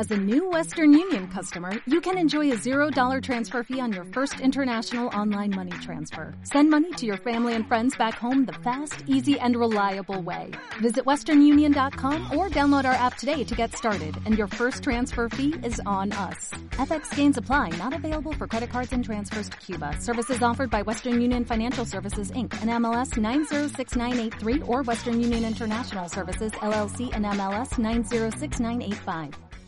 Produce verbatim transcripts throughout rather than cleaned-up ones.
As a new Western Union customer, you can enjoy a zero dollar transfer fee on your first international online money transfer. Send money to your family and friends back home the fast, easy, and reliable way. Visit western union dot com or download our app today to get started, and your first transfer fee is on us. F X gains apply, not available for credit cards and transfers to Cuba. Services offered by Western Union Financial Services, Incorporated, and M L S nine zero six nine eight three or Western Union International Services, L L C, and M L S nine zero six nine eight five.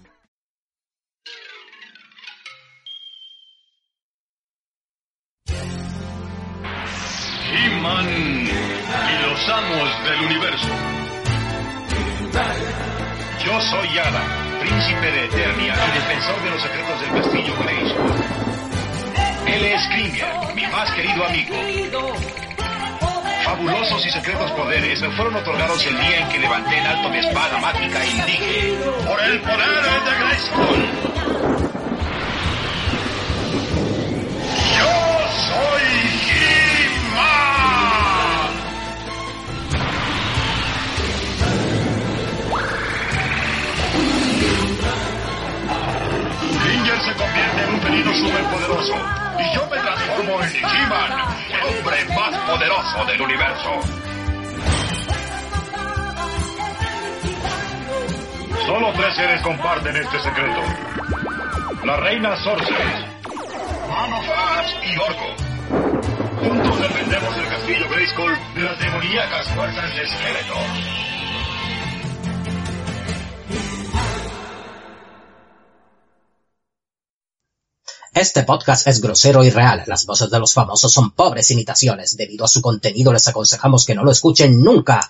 He-Man y los amos del universo. Yo soy Yada, príncipe de Eternia y defensor de los secretos del castillo Grayskull. Él es Kringer, mi más querido amigo. Fabulosos y secretos poderes me fueron otorgados el día en que levanté en alto mi espada mágica y dije: ¡por el poder de Grayskull! ¡Yo soy He-Man! Kringer se convierte en un felino superpoderoso y yo me transformo en He-Man, el hombre más poderoso del universo. Solo tres seres comparten este secreto: la reina Sorceress, Man of Ash y Orko. Juntos defendemos el castillo Grayskull de las demoníacas fuerzas de Skeletor. Este podcast es grosero y real. Las voces de los famosos son pobres imitaciones. Debido a su contenido les aconsejamos que no lo escuchen nunca.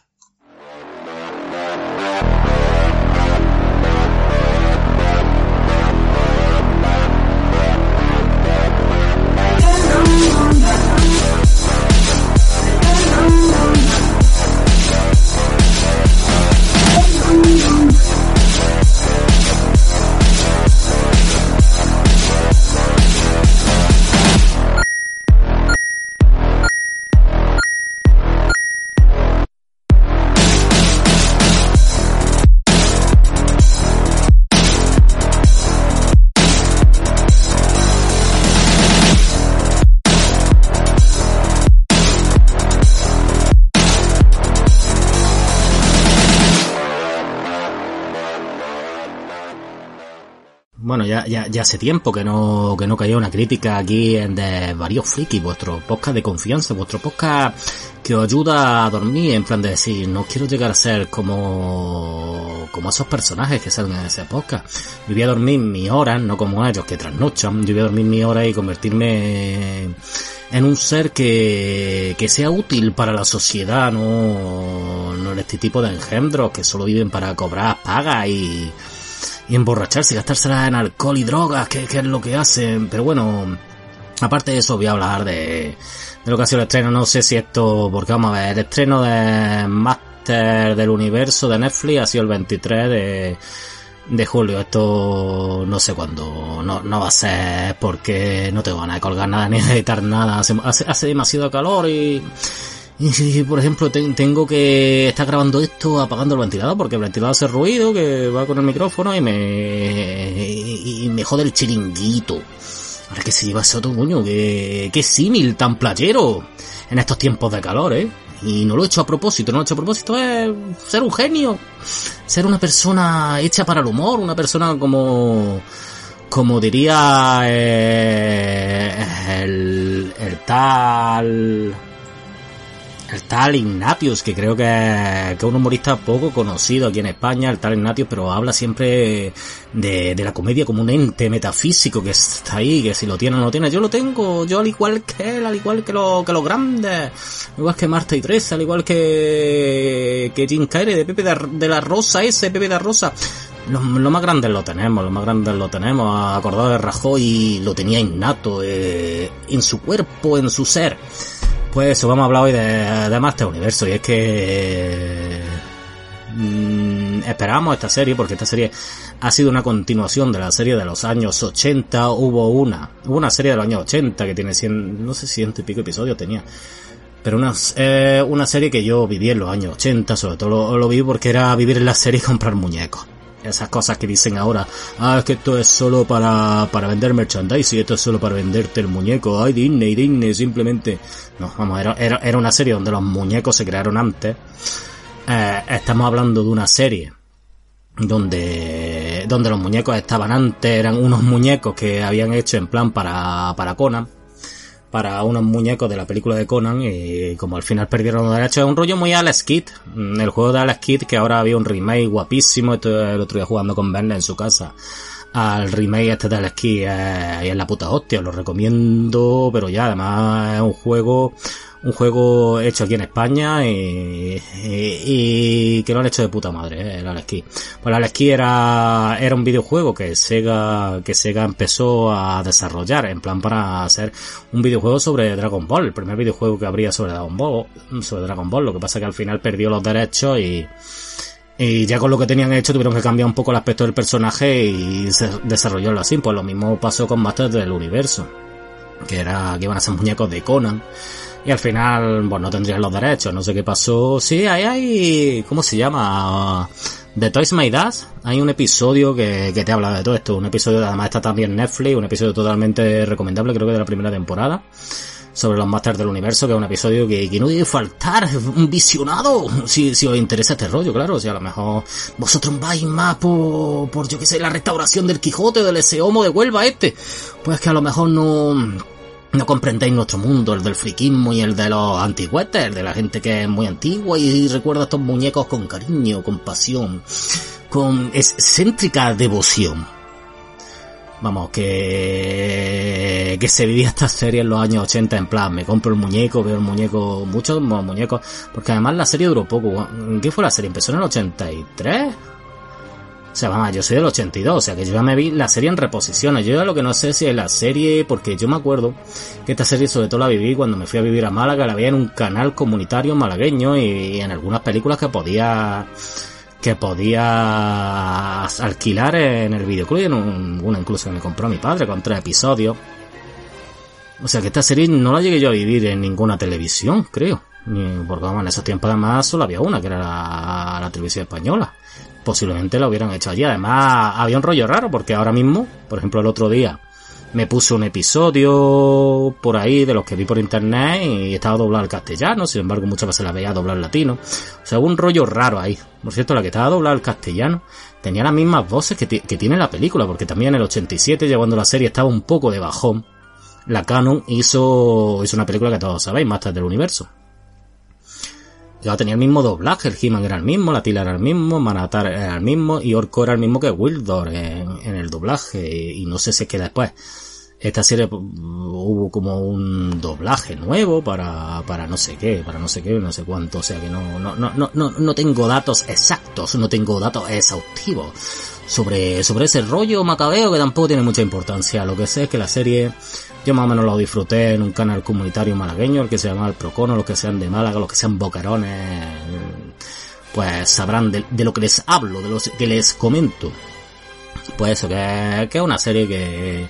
Bueno, ya, ya, ya hace tiempo que no, que no caía una crítica aquí en de Varios Friki, vuestro podcast de confianza, vuestro podcast que os ayuda a dormir, en plan de decir, no quiero llegar a ser como, como esos personajes que salen en ese podcast. Yo voy a dormir mis horas, no como ellos que trasnochan, yo voy a dormir mis horas y convertirme en un ser que, que sea útil para la sociedad, no, no en este tipo de engendros que solo viven para cobrar pagas y, y emborracharse y gastársela en alcohol y drogas, que, que es lo que hacen. Pero bueno, aparte de eso voy a hablar de, de lo que ha sido el estreno. No sé si esto, porque vamos a ver, el estreno de Master del Universo de Netflix ha sido el veintitrés de, de julio. Esto no sé cuándo, no, no va a ser porque no tengo ganas de colgar nada ni de editar nada. Hace, hace, hace demasiado calor y... Y, por ejemplo, te, tengo que estar grabando esto apagando el ventilador porque el ventilador hace ruido que va con el micrófono y me y, y me jode el chiringuito. Ahora que se lleva ese otro coño, que, que símil tan playero en estos tiempos de calor, ¿eh? Y no lo he hecho a propósito, no lo he hecho a propósito, es ser un genio, ser una persona hecha para el humor, una persona como... como diría eh, el, el tal... el tal Ignatius, que creo que es, que es un humorista poco conocido aquí en España, el tal Ignatius, pero habla siempre de, de la comedia como un ente metafísico que está ahí, que si lo tiene o no lo tiene. Yo lo tengo, yo al igual que él, al igual que, lo, que los grandes, al igual que Marta y Teresa, al igual que, que Jim Carrey, de Pepe de, de la Rosa, ese Pepe de la Rosa. Lo, lo más grande lo tenemos, lo más grande lo tenemos. Acordado de Rajoy, lo tenía innato, eh, en su cuerpo, en su ser. Pues eso, vamos a hablar hoy de, de Master Universo, y es que mmm, esperábamos esta serie, porque esta serie ha sido una continuación de la serie de los años ochenta. Hubo una, hubo una serie de los años ochenta que tiene cien, no sé, ciento y pico episodios tenía, pero una, eh, una serie que yo viví en los años ochenta, sobre todo lo, lo vi porque era vivir en la serie y comprar muñecos. esas cosas que dicen ahora, ah, es que esto es solo para, para vender merchandising, esto es solo para venderte el muñeco, ay, Disney, Disney, simplemente, no, vamos, era, era, era una serie donde los muñecos se crearon antes. Eh, estamos hablando de una serie donde, donde los muñecos estaban antes, eran unos muñecos que habían hecho en plan para, para Conan, para unos muñecos de la película de Conan, y como al final perdieron los derechos, es un rollo muy Alex Kidd, el juego de Alex Kidd, que ahora había un remake guapísimo, estoy el otro día jugando con Bernard en su casa, al remake este de Alex Kidd, eh, y es la puta hostia, os lo recomiendo, pero ya, además es un juego, un juego hecho aquí en España, y, y, y que lo han hecho de puta madre, eh, el Alex Kidd. Pues el Alex Kidd era, era un videojuego que Sega, que Sega empezó a desarrollar, en plan para hacer un videojuego sobre Dragon Ball, el primer videojuego que habría sobre Dragon Ball, sobre Dragon Ball, lo que pasa que al final perdió los derechos y, y ya con lo que tenían hecho tuvieron que cambiar un poco el aspecto del personaje y se desarrollarlo así. Pues lo mismo pasó con Masters del Universo, que era, que iban a ser muñecos de Conan, y al final, pues no tendrían los derechos, no sé qué pasó. Sí, ahí hay, ¿cómo se llama? The Toys Made Us. Hay un episodio que, que te habla de todo esto, un episodio que además está también en Netflix, un episodio totalmente recomendable, creo que de la primera temporada, sobre los Masters del Universo, que es un episodio que, que no debe faltar, un visionado, si, si os interesa este rollo, claro, si a lo mejor vosotros vais más por, por yo que sé, la restauración del Quijote, del ese homo de Huelva este, pues que a lo mejor no, no comprendéis nuestro mundo, el del friquismo y el de los antigüetes, el de la gente que es muy antigua y recuerda a estos muñecos con cariño, con pasión, con excéntrica devoción. Vamos, que que se vivía esta serie en los años ochenta, en plan, me compro el muñeco, veo el muñeco, muchos muñecos, porque además la serie duró poco. ¿Qué fue la serie? ¿Empezó en el ochenta y tres? O sea, vamos, yo soy del ochenta y dos, o sea que yo ya me vi la serie en reposiciones. Yo ya lo que no sé si es la serie, porque yo me acuerdo que esta serie sobre todo la viví cuando me fui a vivir a Málaga, la veía en un canal comunitario malagueño y en algunas películas que podía... que podía alquilar en el videoclub, y en un, una incluso que me compró mi padre con tres episodios. O sea que esta serie no la llegué yo a vivir en ninguna televisión, creo. Porque vamos, en esos tiempos además solo había una, que era la, la televisión española. Posiblemente la hubieran hecho allí. Además había un rollo raro, porque ahora mismo, por ejemplo el otro día, me puse un episodio por ahí de los que vi por internet y estaba doblado al castellano, sin embargo muchas veces la veía doblado al latino. O sea, hubo un rollo raro ahí. Por cierto, la que estaba doblada al castellano tenía las mismas voces que, t- que tiene la película, porque también en el ochenta y siete, ya cuando la serie estaba un poco de bajón, la Canon hizo, hizo una película que todos sabéis, Masters del Universo. Ya tenía el mismo doblaje, el He-Man era el mismo, la Tila era el mismo, Manatar era el mismo y Orko era el mismo que Wildor en, en el doblaje. Y no sé si es que después esta serie hubo como un doblaje nuevo para, para no sé qué, para no sé qué, no sé cuánto, o sea que no, no, no, no, no, no tengo datos exactos, no tengo datos exhaustivos sobre, sobre ese rollo macabeo que tampoco tiene mucha importancia. Lo que sé es que la serie, yo más o menos lo disfruté en un canal comunitario malagueño, el que se llama El Procono, los que sean de Málaga, los que sean bocarones, pues sabrán de, de lo que les hablo, de lo que les comento. Pues eso, que, que es una serie que,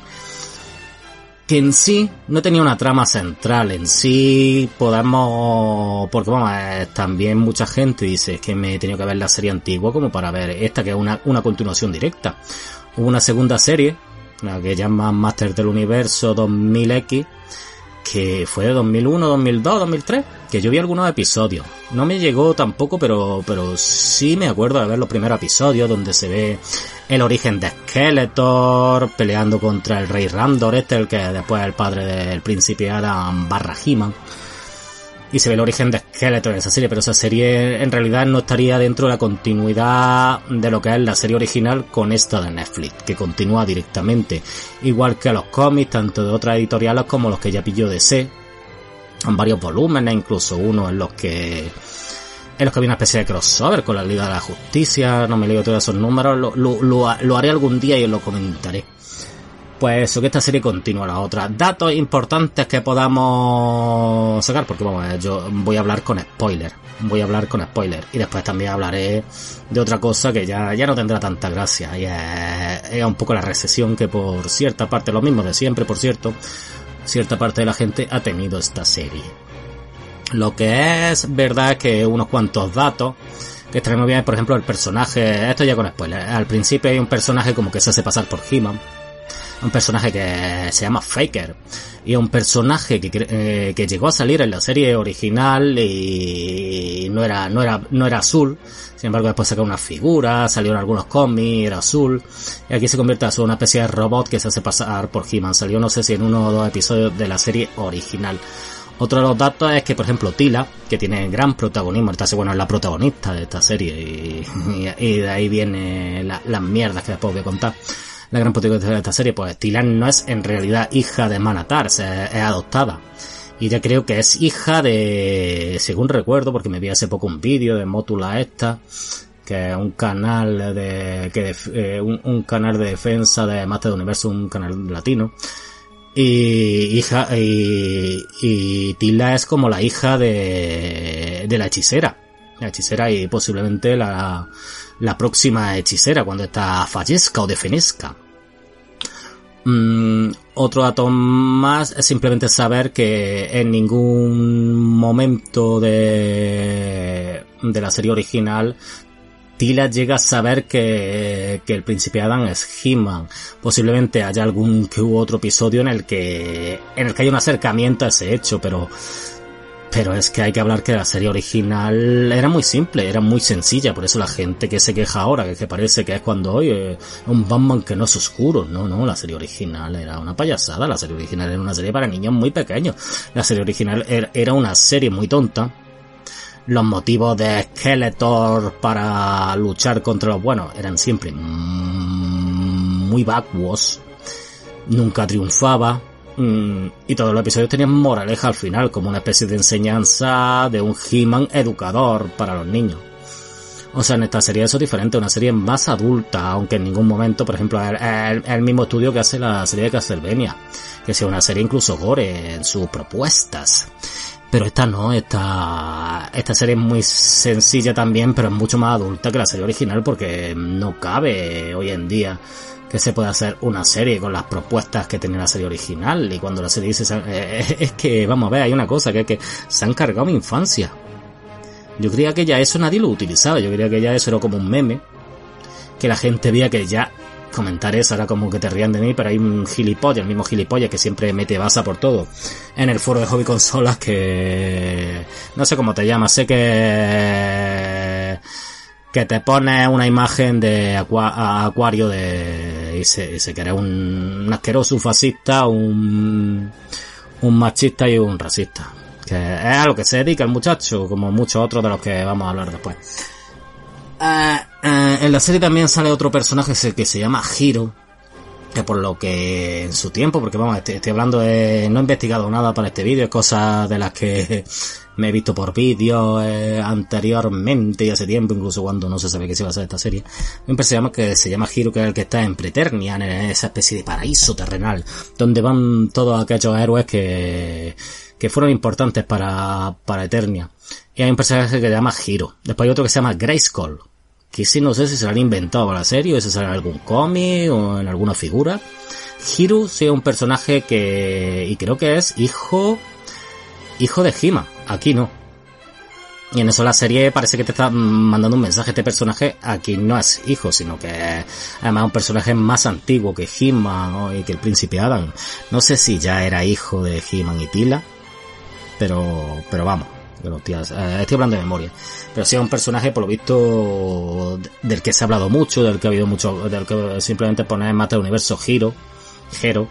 que en sí no tenía una trama central, en sí podemos, porque vamos, eh, también mucha gente dice que me he tenido que ver la serie antigua como para ver esta, que es una, una continuación directa. Hubo una segunda serie, la que llaman Masters del Universo dos mil equis, que fue de dos mil uno, dos mil dos, dos mil tres, que yo vi algunos episodios. No me llegó tampoco, pero pero sí me acuerdo de ver los primeros episodios donde se ve el origen de Skeletor peleando contra el Rey Randor, este, el que después es el padre del príncipe Adam barra He-Man. Y se ve el origen de Skeletor en esa serie, pero esa serie en realidad no estaría dentro de la continuidad de lo que es la serie original con esta de Netflix, que continúa directamente, igual que los cómics, tanto de otras editoriales como los que ya pilló D C, en varios volúmenes, incluso uno en los que en los que había una especie de crossover con la Liga de la Justicia. No me leo todos esos números, lo, lo, lo, lo haré algún día y os lo comentaré. Pues eso, que esta serie continúa la otra. Datos importantes que podamos sacar, porque vamos, yo voy a hablar con spoiler, voy a hablar con spoiler y después también hablaré de otra cosa que ya, ya no tendrá tanta gracia, y es, es un poco la recesión que por cierta parte, lo mismo de siempre, por cierto, cierta parte de la gente ha tenido esta serie. Lo que es verdad es que unos cuantos datos que está muy bien, por ejemplo, el personaje, esto ya con spoiler, al principio hay un personaje como que se hace pasar por He-Man, un personaje que se llama Faker, y es un personaje que, eh, que llegó a salir en la serie original y no era, no era, no era azul. Sin embargo, después sacó una figura, salió en algunos cómics, era azul, y aquí se convierte en una especie de robot que se hace pasar por He-Man. Salió no sé si en uno o dos episodios de la serie original. Otro de los datos es que, por ejemplo, Teela, que tiene gran protagonismo, esta bueno, es la protagonista de esta serie, y, y, y de ahí viene la, las mierdas que después voy a contar. La gran protagonista de esta serie, pues Teela no es en realidad hija de Man-at-Ark, es, es adoptada. Y ya creo que es hija de, según recuerdo, porque me vi hace poco un vídeo de Mótula esta, que es un canal de, que eh, un, un canal de defensa de Master del Universo, un canal latino. Y hija, y, y Teela es como la hija de, de la hechicera. La hechicera y posiblemente la, la próxima hechicera cuando esta fallezca o defenezca. Mm, otro dato más es simplemente saber que en ningún momento de, de la serie original Teela llega a saber que, que el príncipe Adam es He-Man. Posiblemente haya algún que u otro episodio en el que en el que haya un acercamiento a ese hecho, pero pero es que hay que hablar que la serie original era muy simple, era muy sencilla, por eso la gente que se queja ahora, que, que parece que es cuando hoy eh, un Batman que no es oscuro. No, no, la serie original era una payasada, la serie original era una serie para niños muy pequeños, la serie original era, era una serie muy tonta. Los motivos de Skeletor para luchar contra los buenos eran siempre muy vacuos, nunca triunfaba. Mm, y todos los episodios tenían moraleja al final, como una especie de enseñanza de un He-Man educador para los niños. O sea, en esta serie eso es diferente, una serie más adulta, aunque en ningún momento, por ejemplo, es el, el mismo estudio que hace la serie de Castlevania, que sea una serie incluso gore en sus propuestas. Pero esta no, esta, esta serie es muy sencilla también, pero es mucho más adulta que la serie original, porque no cabe hoy en día que se pueda hacer una serie con las propuestas que tenía la serie original. Y cuando la serie dice, eh, es que, vamos a ver, hay una cosa, que es que se han cargado mi infancia. Yo creía que ya eso nadie lo utilizaba, yo creía que ya eso era como un meme, que la gente veía que ya comentar eso era como que te rían de mí, pero hay un gilipollas, el mismo gilipollas que siempre mete basa por todo en el foro de Hobby Consolas, que no sé cómo te llamas, sé que que te pone una imagen de Aqua, Acuario de y se, y se que eres un, un asqueroso, un fascista, un un machista y un racista, que es a lo que se dedica el muchacho, como muchos otros de los que vamos a hablar después. Uh, uh, en la serie también sale otro personaje que se llama Hiro, que por lo que en su tiempo, porque vamos, estoy, estoy hablando de, no he investigado nada para este vídeo, es cosas de las que me he visto por vídeos eh, anteriormente y hace tiempo, incluso cuando no se sabe que se iba a hacer esta serie. Un personaje que se llama Hiro, que es el que está en Preternia, en esa especie de paraíso terrenal, donde van todos aquellos héroes que que fueron importantes para, para Eternia. Y hay un personaje que se llama Hiro. Después hay otro que se llama Grayskull, que sí, no sé si se lo han inventado para la serie o si sale en algún cómic o en alguna figura. Hiro sí es un personaje que, y creo que es hijo, hijo de He-Man. Aquí no. Y en eso la serie parece que te está mandando un mensaje. Este personaje aquí no es hijo, sino que es además un personaje más antiguo que He-Man, ¿no? Y que el príncipe Adam. No sé si ya era hijo de He-Man y Teela, pero, pero vamos. Pero, tías, eh, estoy hablando de memoria. Pero sí es un personaje, por lo visto, del que se ha hablado mucho, del que ha habido mucho, del que simplemente poner en Master del Universo Hiro, Hero,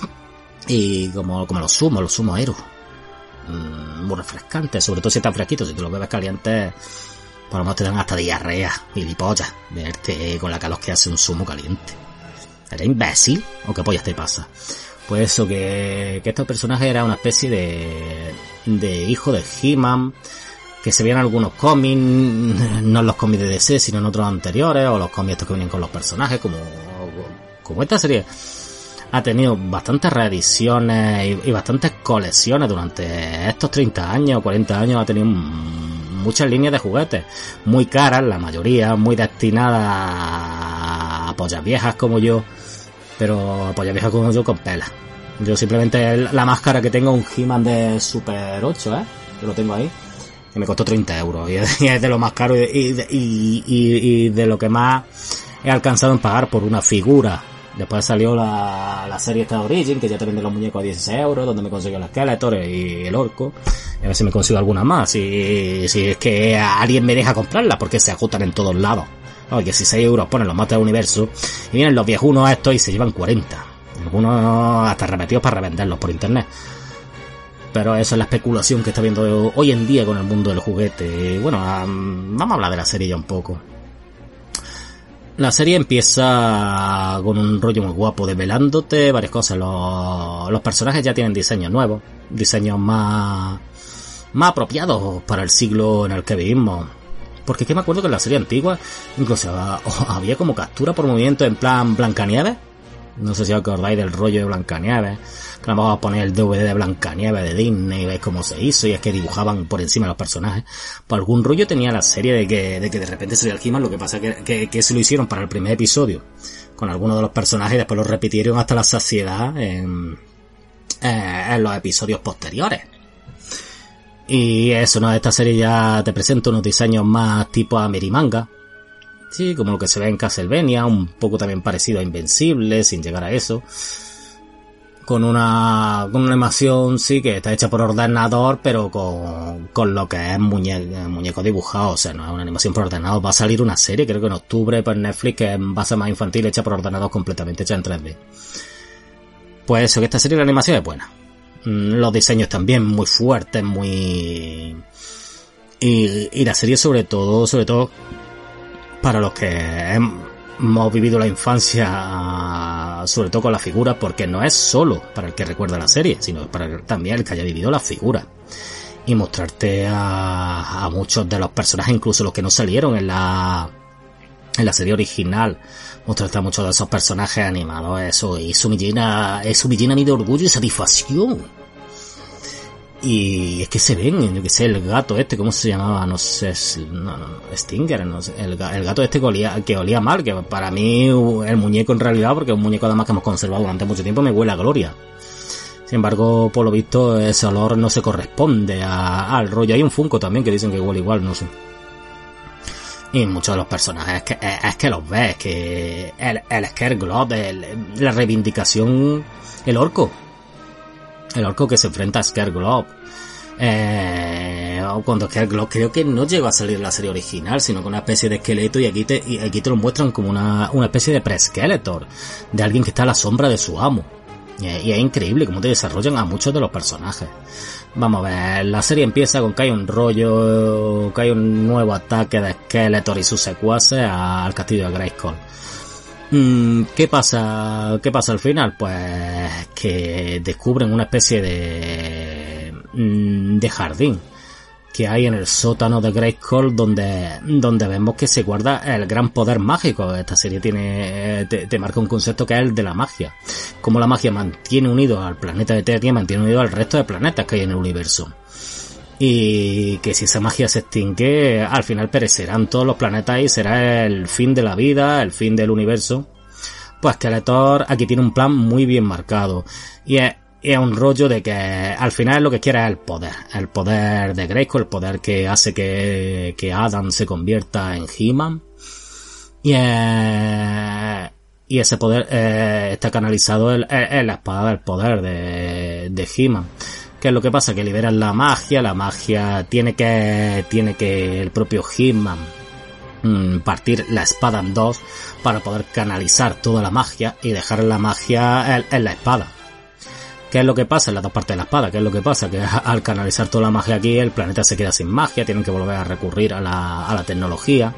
y como, como los sumos, los sumos héroes. Mm, muy refrescante, sobre todo si están fresquitos, si tú los bebes calientes, por lo menos te dan hasta diarrea y lipollas, verte con la calor que hace un zumo caliente. ¿Eres imbécil? ¿O qué pollas te pasa? Pues eso, que, que este personaje era una especie de, de hijo de He-Man, que se veían en algunos cómics, no en los cómics de D C, sino en otros anteriores, o los cómics estos que vienen con los personajes, como, como esta serie. Ha tenido bastantes reediciones y, y bastantes colecciones durante estos treinta años, cuarenta años. Ha tenido muchas líneas de juguetes, muy caras, la mayoría, muy destinadas a pollas viejas como yo, pero a pollas viejas como yo con pelas. Yo simplemente la máscara que tengo, un He-Man de Super ocho, ¿eh? Que lo tengo ahí. que me costó treinta euros, y es, y es de lo más caro, y, y, y, y de lo que más he alcanzado en pagar por una figura. Después salió la, la serie esta de Origin, que ya te vende los muñecos a dieciséis euros, donde me consigo el Skeletor y el Orco. Y a ver si me consigo alguna más. Si, si es que alguien me deja comprarla, porque se ajustan en todos lados. No, que si seis euros ponen los Masters del Universo, y vienen los viejunos estos y se llevan cuarenta. Algunos hasta repetidos para revenderlos por internet. Pero eso es la especulación que está viendo hoy en día con el mundo del juguete. Bueno, um, vamos a hablar de la serie ya un poco. La serie empieza con un rollo muy guapo, desvelándote varias cosas. Los, los personajes ya tienen diseños nuevos, diseños más, más apropiados para el siglo en el que vivimos. Porque es que me acuerdo que en la serie antigua incluso había como captura por movimiento en plan Blancanieves. No sé si os acordáis del rollo de Blancanieves, que vamos a poner el D V D de Blancanieves de Disney y veis cómo se hizo, y es que dibujaban por encima los personajes. Por algún rollo tenía la serie de que de que de repente salía el He-Man, lo que pasa que, que, que se lo hicieron para el primer episodio con algunos de los personajes y después lo repitieron hasta la saciedad en, en los episodios posteriores. Y eso, ¿no? Esta serie ya te presenta unos diseños más tipo Amerimanga. Sí, como lo que se ve en Castlevania, un poco también parecido a Invencible, sin llegar a eso. Con una, con una animación, sí, que está hecha por ordenador, pero con, con lo que es muñeco, muñeco dibujado. O sea, no es una animación por ordenador. Va a salir una serie, creo que en octubre, por Netflix, que es en base más infantil, hecha por ordenador completamente, hecha en tres D. Pues eso, que esta serie de animación es buena. Los diseños también muy fuertes, muy... Y, y la serie sobre todo, sobre todo... para los que hemos vivido la infancia, sobre todo con las figuras, porque no es solo para el que recuerda la serie, sino para también el que haya vivido las figuras. Y mostrarte a, a muchos de los personajes, incluso los que no salieron en la en la serie original, mostrarte a muchos de esos personajes animados, eso, eso me llena, eso me llena a mí de orgullo y satisfacción. Y es que se ven, yo que sé, el gato este, ¿cómo se llamaba? No sé, no, no, Stinger, no sé, el, el gato este que olía, que olía mal, que para mí el muñeco en realidad, porque es un muñeco además que hemos conservado durante mucho tiempo, me huele a gloria. Sin embargo, por lo visto, ese olor no se corresponde a, al rollo. Hay un Funko también que dicen que huele igual, no sé. Y muchos de los personajes, es que, es, es que los ves, que el, el Scareglow, la reivindicación, el orco. El orco que se enfrenta a Scareglow. Eh, cuando Scareglow creo que no llegó a salir en la serie original, sino con una especie de esqueleto, y aquí te, y aquí te lo muestran como una, una especie de pre-Skeletor, de alguien que está a la sombra de su amo. Y, y es increíble cómo te desarrollan a muchos de los personajes. Vamos a ver, la serie empieza con que hay un rollo, que hay un nuevo ataque de Skeletor y sus secuaces al castillo de Grayskull. ¿Qué pasa? ¿Qué pasa al final? Pues que descubren una especie de de jardín que hay en el sótano de Grayskull, donde donde vemos que se guarda el gran poder mágico. Esta serie tiene te, te marca un concepto que es el de la magia. Como la magia mantiene unido al planeta de Eternia, mantiene unido al resto de planetas que hay en el universo. Y que si esa magia se extingue, al final perecerán todos los planetas y será el fin de la vida, el fin del universo. Pues Skeletor aquí tiene un plan muy bien marcado. Y es, es un rollo de que al final lo que quiere es el poder. El poder de Grayskull, el poder que hace que, que Adam se convierta en He-Man. Y, eh, y ese poder eh, está canalizado en, en la espada del poder de, de He-Man. ¿Qué es lo que pasa? Que liberan la magia, la magia tiene que, tiene que el propio He-Man mmm, partir la espada en dos para poder canalizar toda la magia y dejar la magia en, en la espada. ¿Qué es lo que pasa en las dos partes de la espada? ¿Qué es lo que pasa? Que al canalizar toda la magia aquí, el planeta se queda sin magia, tienen que volver a recurrir a la, a la tecnología.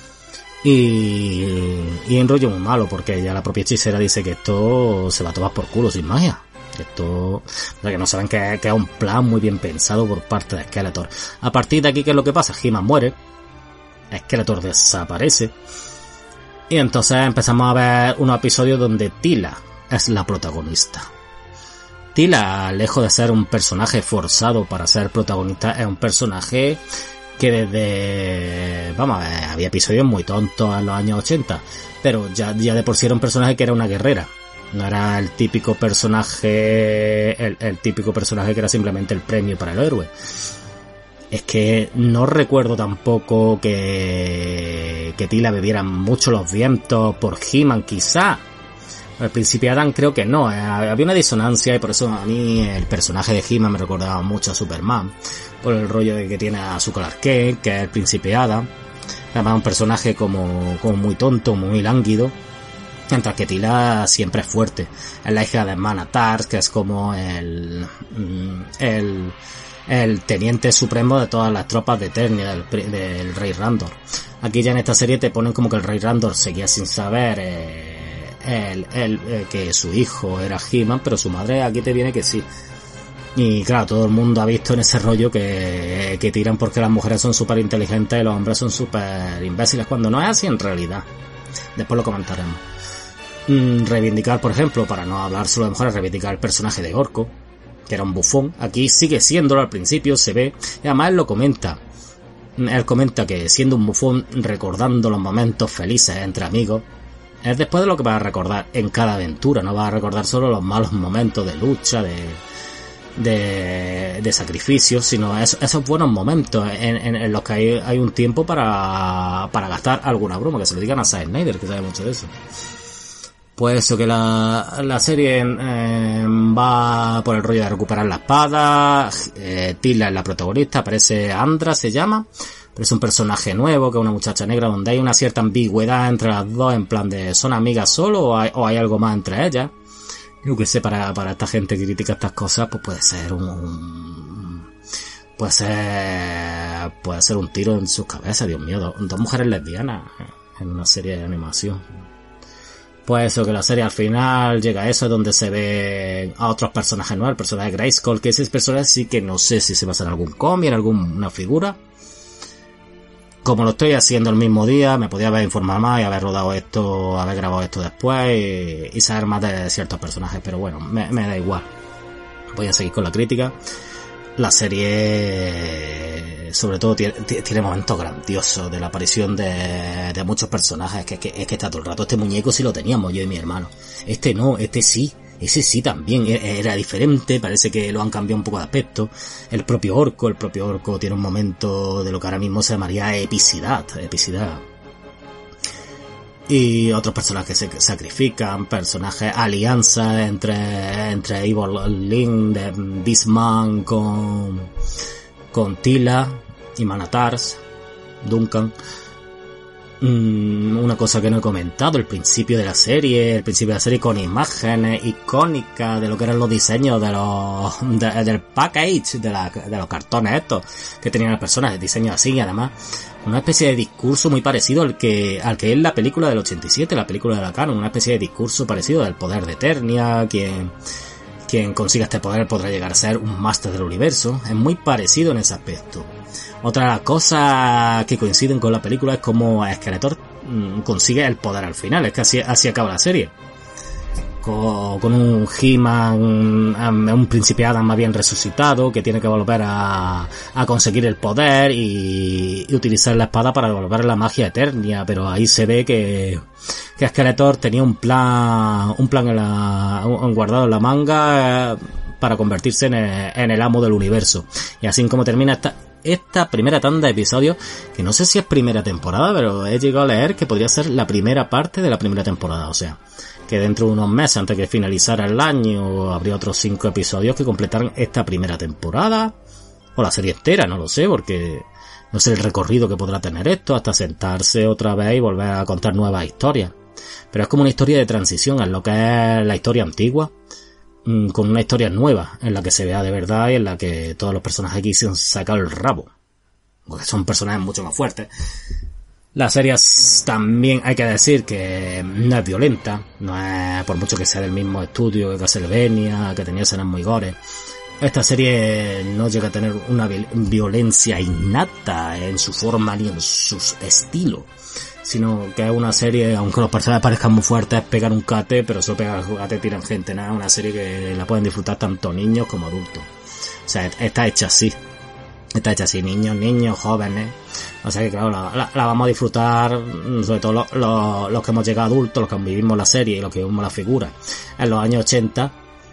Y, y en rollo muy malo, porque ya la propia hechicera dice que esto se va a tomar por culo sin magia. Esto, o sea, que no saben que, que es un plan muy bien pensado por parte de Skeletor. A partir de aquí, ¿qué es lo que pasa? He-Man muere, Skeletor desaparece, y entonces empezamos a ver unos episodios donde Teela es la protagonista. Teela, lejos de ser un personaje forzado para ser protagonista, es un personaje que desde, vamos a ver, había episodios muy tontos en los años ochenta, pero ya, ya de por sí era un personaje que era una guerrera. No era el típico personaje, el, el típico personaje que era simplemente el premio para el héroe. es que no recuerdo tampoco que, que Tila bebiera mucho los vientos por He-Man, quizá. Al Príncipe Adam creo que no, había una disonancia y por eso a mí el personaje de He-Man me recordaba mucho a Superman, por el rollo de que tiene a su Clark Kent, que es el Príncipe Adam, además un personaje como, como muy tonto, muy lánguido, mientras que Tila siempre es fuerte. Es la hija de Manatars, que es como el, el, el teniente supremo de todas las tropas de Eternia, del, del Rey Randor. Aquí ya en esta serie te ponen como que el Rey Randor seguía sin saber eh, el, el, eh, que su hijo era He-Man, pero su madre aquí te viene que sí. Y claro, todo el mundo ha visto en ese rollo que, que tiran porque las mujeres son súper inteligentes y los hombres son súper imbéciles, cuando no es así en realidad. Después lo comentaremos. Mm, reivindicar, por ejemplo, para no hablar solo de mujeres, reivindicar el personaje de Orko, que era un bufón. Aquí sigue siéndolo, al principio se ve, y además él lo comenta. Él comenta que siendo un bufón, recordando los momentos felices entre amigos, es después de lo que vas a recordar en cada aventura. No vas a recordar solo los malos momentos de lucha, de de, de sacrificios, sino esos, esos buenos momentos en, en, en los que hay, hay un tiempo para, para gastar alguna broma, que se lo digan a Zack Snyder, que sabe mucho de eso. Pues eso, que la, la serie eh, va por el rollo de recuperar la espada. eh, Tila es la protagonista, aparece Andra, se llama, pero es un personaje nuevo, que es una muchacha negra, donde hay una cierta ambigüedad entre las dos, en plan de ¿son amigas solo o hay, o hay algo más entre ellas? Yo que sé, para, para esta gente que critica estas cosas, pues puede ser un, un puede ser puede ser un tiro en sus cabezas, Dios mío, dos, dos mujeres lesbianas en una serie de animación. Pues eso, que la serie al final llega a eso, donde se ve a otros personajes nuevos, el personaje de Grayskull, que ese personaje sí que no sé si se basa en algún cómic, en alguna figura. Como lo estoy haciendo el mismo día, me podía haber informado más y haber rodado esto, haber grabado esto después y, y saber más de ciertos personajes, pero bueno, me, me da igual. Voy a seguir con la crítica. La serie, sobre todo, tiene, tiene momentos grandiosos de la aparición de, de muchos personajes. Que, que, es que está todo el rato. Este muñeco sí lo teníamos yo y mi hermano. Este no, este sí. Ese sí también era diferente, parece que lo han cambiado un poco de aspecto. El propio Orko, el propio Orko tiene un momento de lo que ahora mismo se llamaría epicidad, epicidad. Y otros personajes que se sacrifican, personajes, alianzas entre, entre Evil Link, de Beastman con, con Tila y Manatars, Duncan. Una cosa que no he comentado, el principio de la serie, el principio de la serie con imágenes icónicas de lo que eran los diseños de los, de, del package, de, la, de los cartones estos, que tenían las personas, el diseño así, y además, una especie de discurso muy parecido al que, al que es la película del ochenta y siete, la película de la Canon, una especie de discurso parecido del poder de Eternia, quien, quien consiga este poder podrá llegar a ser un máster del universo, es muy parecido en ese aspecto. Otra de las cosas que coinciden con la película es cómo Skeletor consigue el poder al final. Es que así, así acaba la serie. Con, con un He-Man, un Príncipe Adam más bien resucitado, que tiene que volver a, a conseguir el poder y, y utilizar la espada para devolver la magia eternia. Pero ahí se ve que, que Skeletor tenía un plan, un plan en la, un, guardado en la manga para convertirse en el, en el amo del universo. Y así como termina esta... esta primera tanda de episodios, que no sé si es primera temporada, pero he llegado a leer que podría ser la primera parte de la primera temporada, o sea, que dentro de unos meses, antes de que finalizara el año, habría otros cinco episodios que completaran esta primera temporada, o la serie entera, no lo sé, porque no sé el recorrido que podrá tener esto, hasta sentarse otra vez y volver a contar nuevas historias. Pero es como una historia de transición en lo que es la historia antigua, con una historia nueva, en la que se vea de verdad y en la que todos los personajes aquí se han sacado el rabo, porque son personajes mucho más fuertes. La serie también hay que decir que no es violenta, no es, por mucho que sea del mismo estudio que Castlevania, que tenía escenas muy gore. Esta serie no llega a tener una violencia innata en su forma ni en su estilo, sino que es una serie, aunque los personajes parezcan muy fuertes, pegan un cate, pero solo pegan el cate, tiran gente, nada, es una serie que la pueden disfrutar tanto niños como adultos. O sea, está hecha así, está hecha así, niños, niños, jóvenes, o sea que claro, la, la, la vamos a disfrutar, sobre todo los, los, los que hemos llegado adultos, los que vivimos la serie y los que vivimos la figura en los años ochenta,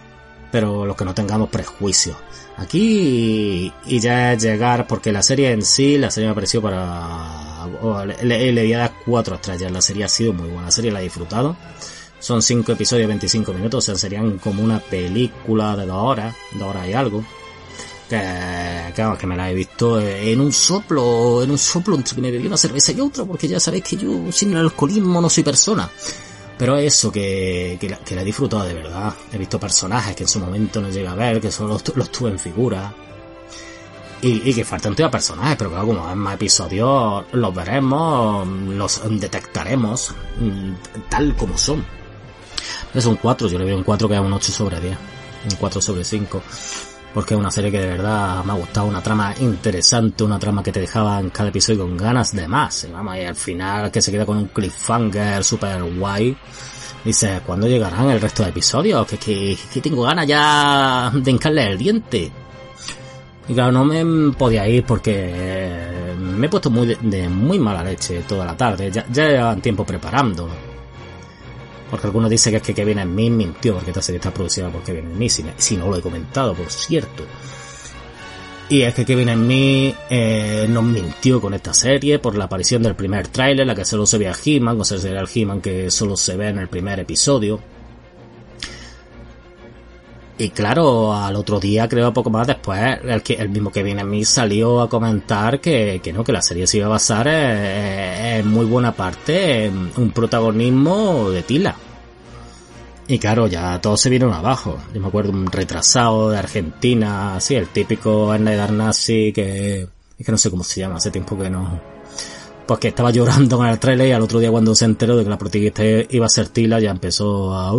pero los que no tengamos prejuicios. Aquí, y ya es llegar, porque la serie en sí, la serie me ha parecido para... Oh, le, le, le voy a dar cuatro estrellas, la serie ha sido muy buena, la serie la he disfrutado. Son cinco episodios de veinticinco minutos, o sea, serían como una película de dos horas, dos horas y algo. Que, que, que me la he visto en un soplo, en un soplo entre que me bebí una cerveza y otra, porque ya sabéis que yo sin el alcoholismo no soy persona. Pero eso, que, que, la, que la he disfrutado de verdad. He visto personajes que en su momento no llegué a ver, que solo los, los tuve en figura. Y, y que faltan todavía personajes, pero claro, como hay más episodios, los veremos, los detectaremos tal como son. Es un cuatro, yo le veo un cuatro que es un ocho sobre diez. Un cuatro sobre cinco. Porque es una serie que de verdad me ha gustado, una trama interesante, una trama que te dejaba en cada episodio con ganas de más. Y vamos, y al final que se queda con un cliffhanger super guay. Dice, ¿cuándo llegarán el resto de episodios? Que, que, que tengo ganas ya de hincarle el diente. Y claro, no me podía ir porque me he puesto muy de, de muy mala leche toda la tarde. Ya, ya llevaban tiempo preparando. Porque algunos dicen que es que Kevin Smith mintió porque esta serie está producida por Kevin Smith, si, si no lo he comentado, por cierto. Y es que Kevin Smith eh, nos mintió con esta serie por la aparición del primer tráiler, la que solo se ve a He-Man, o sea, será el He-Man que solo se ve en el primer episodio. Y claro, al otro día, creo poco más después, el, que, el mismo Kevin Smith salió a comentar que, que no, que la serie se iba a basar en, en muy buena parte en un protagonismo de Teela. Y claro, ya todos se vieron abajo. Yo me acuerdo un retrasado de Argentina, así, el típico Ernest Darnasi, que es que no sé cómo se llama, hace tiempo que no... Pues que estaba llorando con el trailer y al otro día cuando se enteró de que la protagonista iba a ser Teela ya empezó a...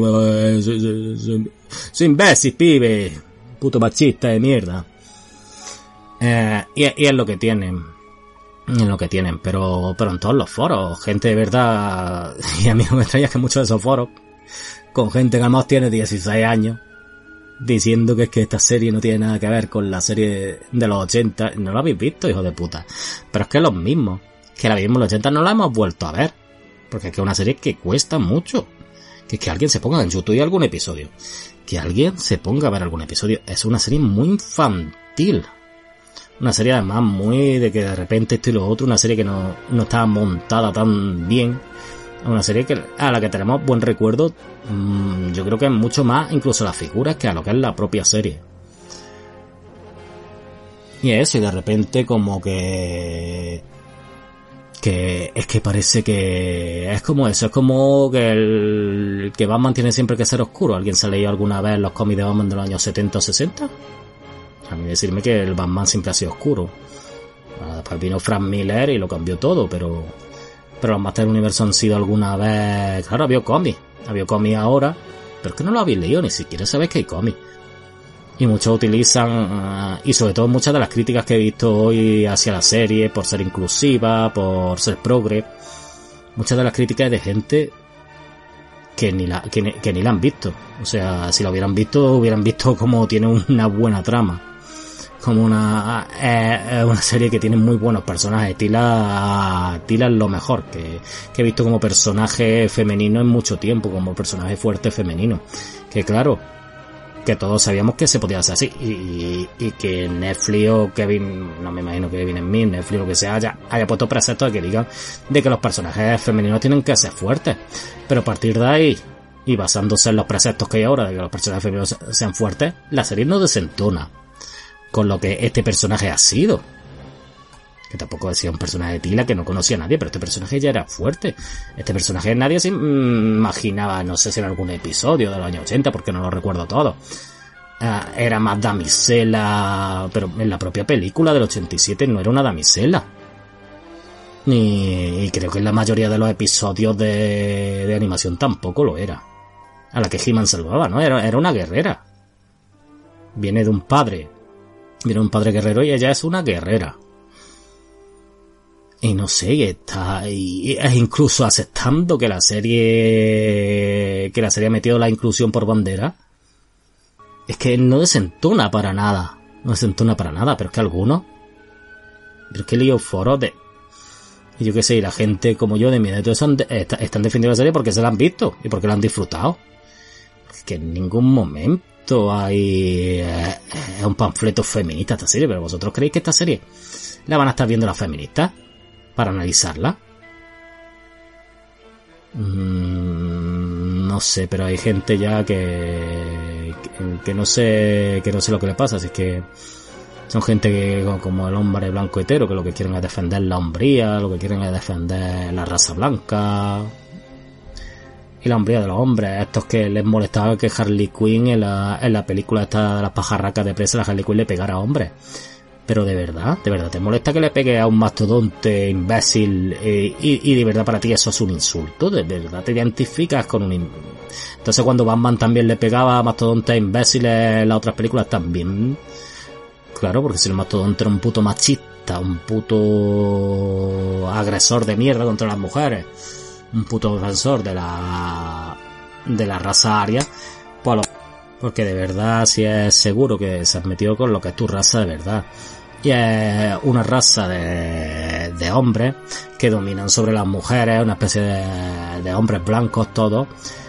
¡Soy imbécil, pibe! Puto machista de mierda. Eh, y, y es lo que tienen. Es lo que tienen, pero pero en todos los foros. Gente de verdad... Y a mí no me extraña que muchos de esos foros, con gente que además tiene dieciséis años, diciendo que es que esta serie no tiene nada que ver con la serie de los ochenta. No lo habéis visto, hijo de puta. Pero es que es los mismos. Que la vimos en los ochenta, no la hemos vuelto a ver. Porque es que es una serie que cuesta mucho. Que que alguien se ponga en YouTube algún episodio. Que alguien se ponga a ver algún episodio. Es una serie muy infantil. Una serie además muy de que de repente esto y lo otro. Una serie que no, no está montada tan bien. Una serie que a la que tenemos buen recuerdo. Mmm, yo creo que es mucho más incluso las figuras que a lo que es la propia serie. Y eso, y de repente como que... que es que parece que es como eso, es como que el que Batman tiene siempre que ser oscuro. ¿Alguien se ha leído alguna vez los cómics de Batman de los años setenta o sesenta? A mí decirme que el Batman siempre ha sido oscuro. Bueno, después vino Frank Miller y lo cambió todo, pero pero los Master Universe han sido alguna vez... Claro, había cómics, había cómics ahora, pero es que no lo habéis leído, ni siquiera sabéis que hay cómics. Y muchos utilizan, uh, y sobre todo muchas de las críticas que he visto hoy hacia la serie, por ser inclusiva, por ser progre, muchas de las críticas de gente que ni la, que, que ni la han visto. O sea, si la hubieran visto, hubieran visto como tiene una buena trama. Como una, eh, una serie que tiene muy buenos personajes. Teela, Teela es lo mejor que, que he visto como personaje femenino en mucho tiempo, como personaje fuerte femenino. Que claro, que todos sabíamos que se podía hacer así, y, y, y que Netflix o Kevin, no me imagino que Kevin Smith, Netflix o lo que sea, haya, haya puesto preceptos de que digan de que los personajes femeninos tienen que ser fuertes, pero a partir de ahí, y basándose en los preceptos que hay ahora de que los personajes femeninos sean fuertes, la serie no desentona con lo que este personaje ha sido. Que tampoco decía un personaje de Teela que no conocía a nadie, pero este personaje ya era fuerte. Este personaje nadie se imaginaba, no sé si en algún episodio de los años ochenta, porque no lo recuerdo todo. Uh, era más damisela, pero en la propia película del ochenta y siete no era una damisela. Ni, y creo que en la mayoría de los episodios de, de animación tampoco lo era. A la que He-Man salvaba, ¿no? Era, era una guerrera. Viene de un padre. Viene de un padre guerrero y ella es una guerrera. Y no sé, y está, y es incluso aceptando que la serie, que la serie ha metido la inclusión por bandera. Es que no desentona para nada, no desentona para nada, pero es que algunos, pero es que lío foros de, y yo qué sé, y la gente como yo de mi edad están defendiendo la serie porque se la han visto y porque la han disfrutado. que en ningún momento hay eh, es un panfleto feminista esta serie, pero vosotros creéis que esta serie la van a estar viendo las feministas para analizarla. Mm, no sé, pero hay gente ya que, que que no sé que no sé lo que le pasa, así que son gente que, como el hombre blanco hetero, que lo que quieren es defender la hombría, lo que quieren es defender la raza blanca y la hombría de los hombres. Estos que les molestaba que Harley Quinn en la, en la película esta de las pajarracas de presa, la Harley Quinn le pegara a hombres. Pero de verdad, de verdad, ¿te molesta que le pegue a un mastodonte imbécil eh, y, y de verdad para ti eso es un insulto? ¿De verdad te identificas con un insulto? Entonces cuando Batman también le pegaba a mastodontes imbéciles en las otras películas también... Claro, porque si el mastodonte era un puto machista, un puto agresor de mierda contra las mujeres, un puto defensor de la de la raza aria, pues lo... porque de verdad si es seguro que se has metido con lo que es tu raza de verdad. Y es una raza de, de hombres que dominan sobre las mujeres, una especie de, de hombres blancos todos,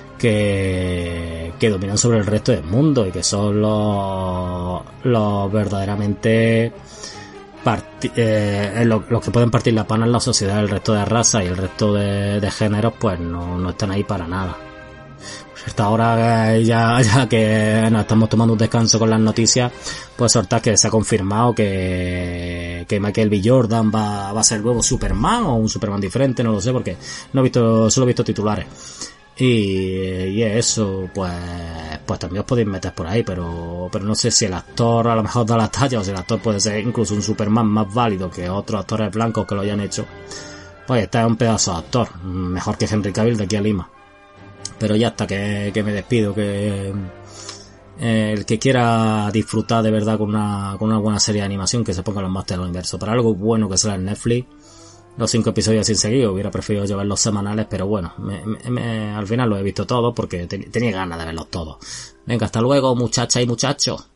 que, que dominan sobre el resto del mundo y que son los, los verdaderamente parti, eh, los, los que pueden partir la pana en la sociedad. El resto de razas y el resto de, de géneros pues no, no están ahí para nada. Hasta ahora ya, ya que nos estamos tomando un descanso con las noticias, pues soltar que se ha confirmado que, que Michael B. Jordan va, va a ser el nuevo Superman o un Superman diferente, no lo sé porque no he visto, solo he visto titulares. Y, y eso, pues, pues también os podéis meter por ahí, pero, pero no sé si el actor a lo mejor da la talla o si el actor puede ser incluso un Superman más válido que otros actores blancos que lo hayan hecho. Pues este es un pedazo de actor, mejor que Henry Cavill de aquí a Lima. Pero ya hasta que, que me despido, que eh, el que quiera disfrutar de verdad con una, con una buena serie de animación, que se ponga los Masters del Universo. Para algo bueno que sale en Netflix, los cinco episodios sin seguir, hubiera preferido llevar los semanales, pero bueno, me, me, me, al final los he visto todos porque te, tenía ganas de verlos todos. Venga, hasta luego, muchachas y muchachos.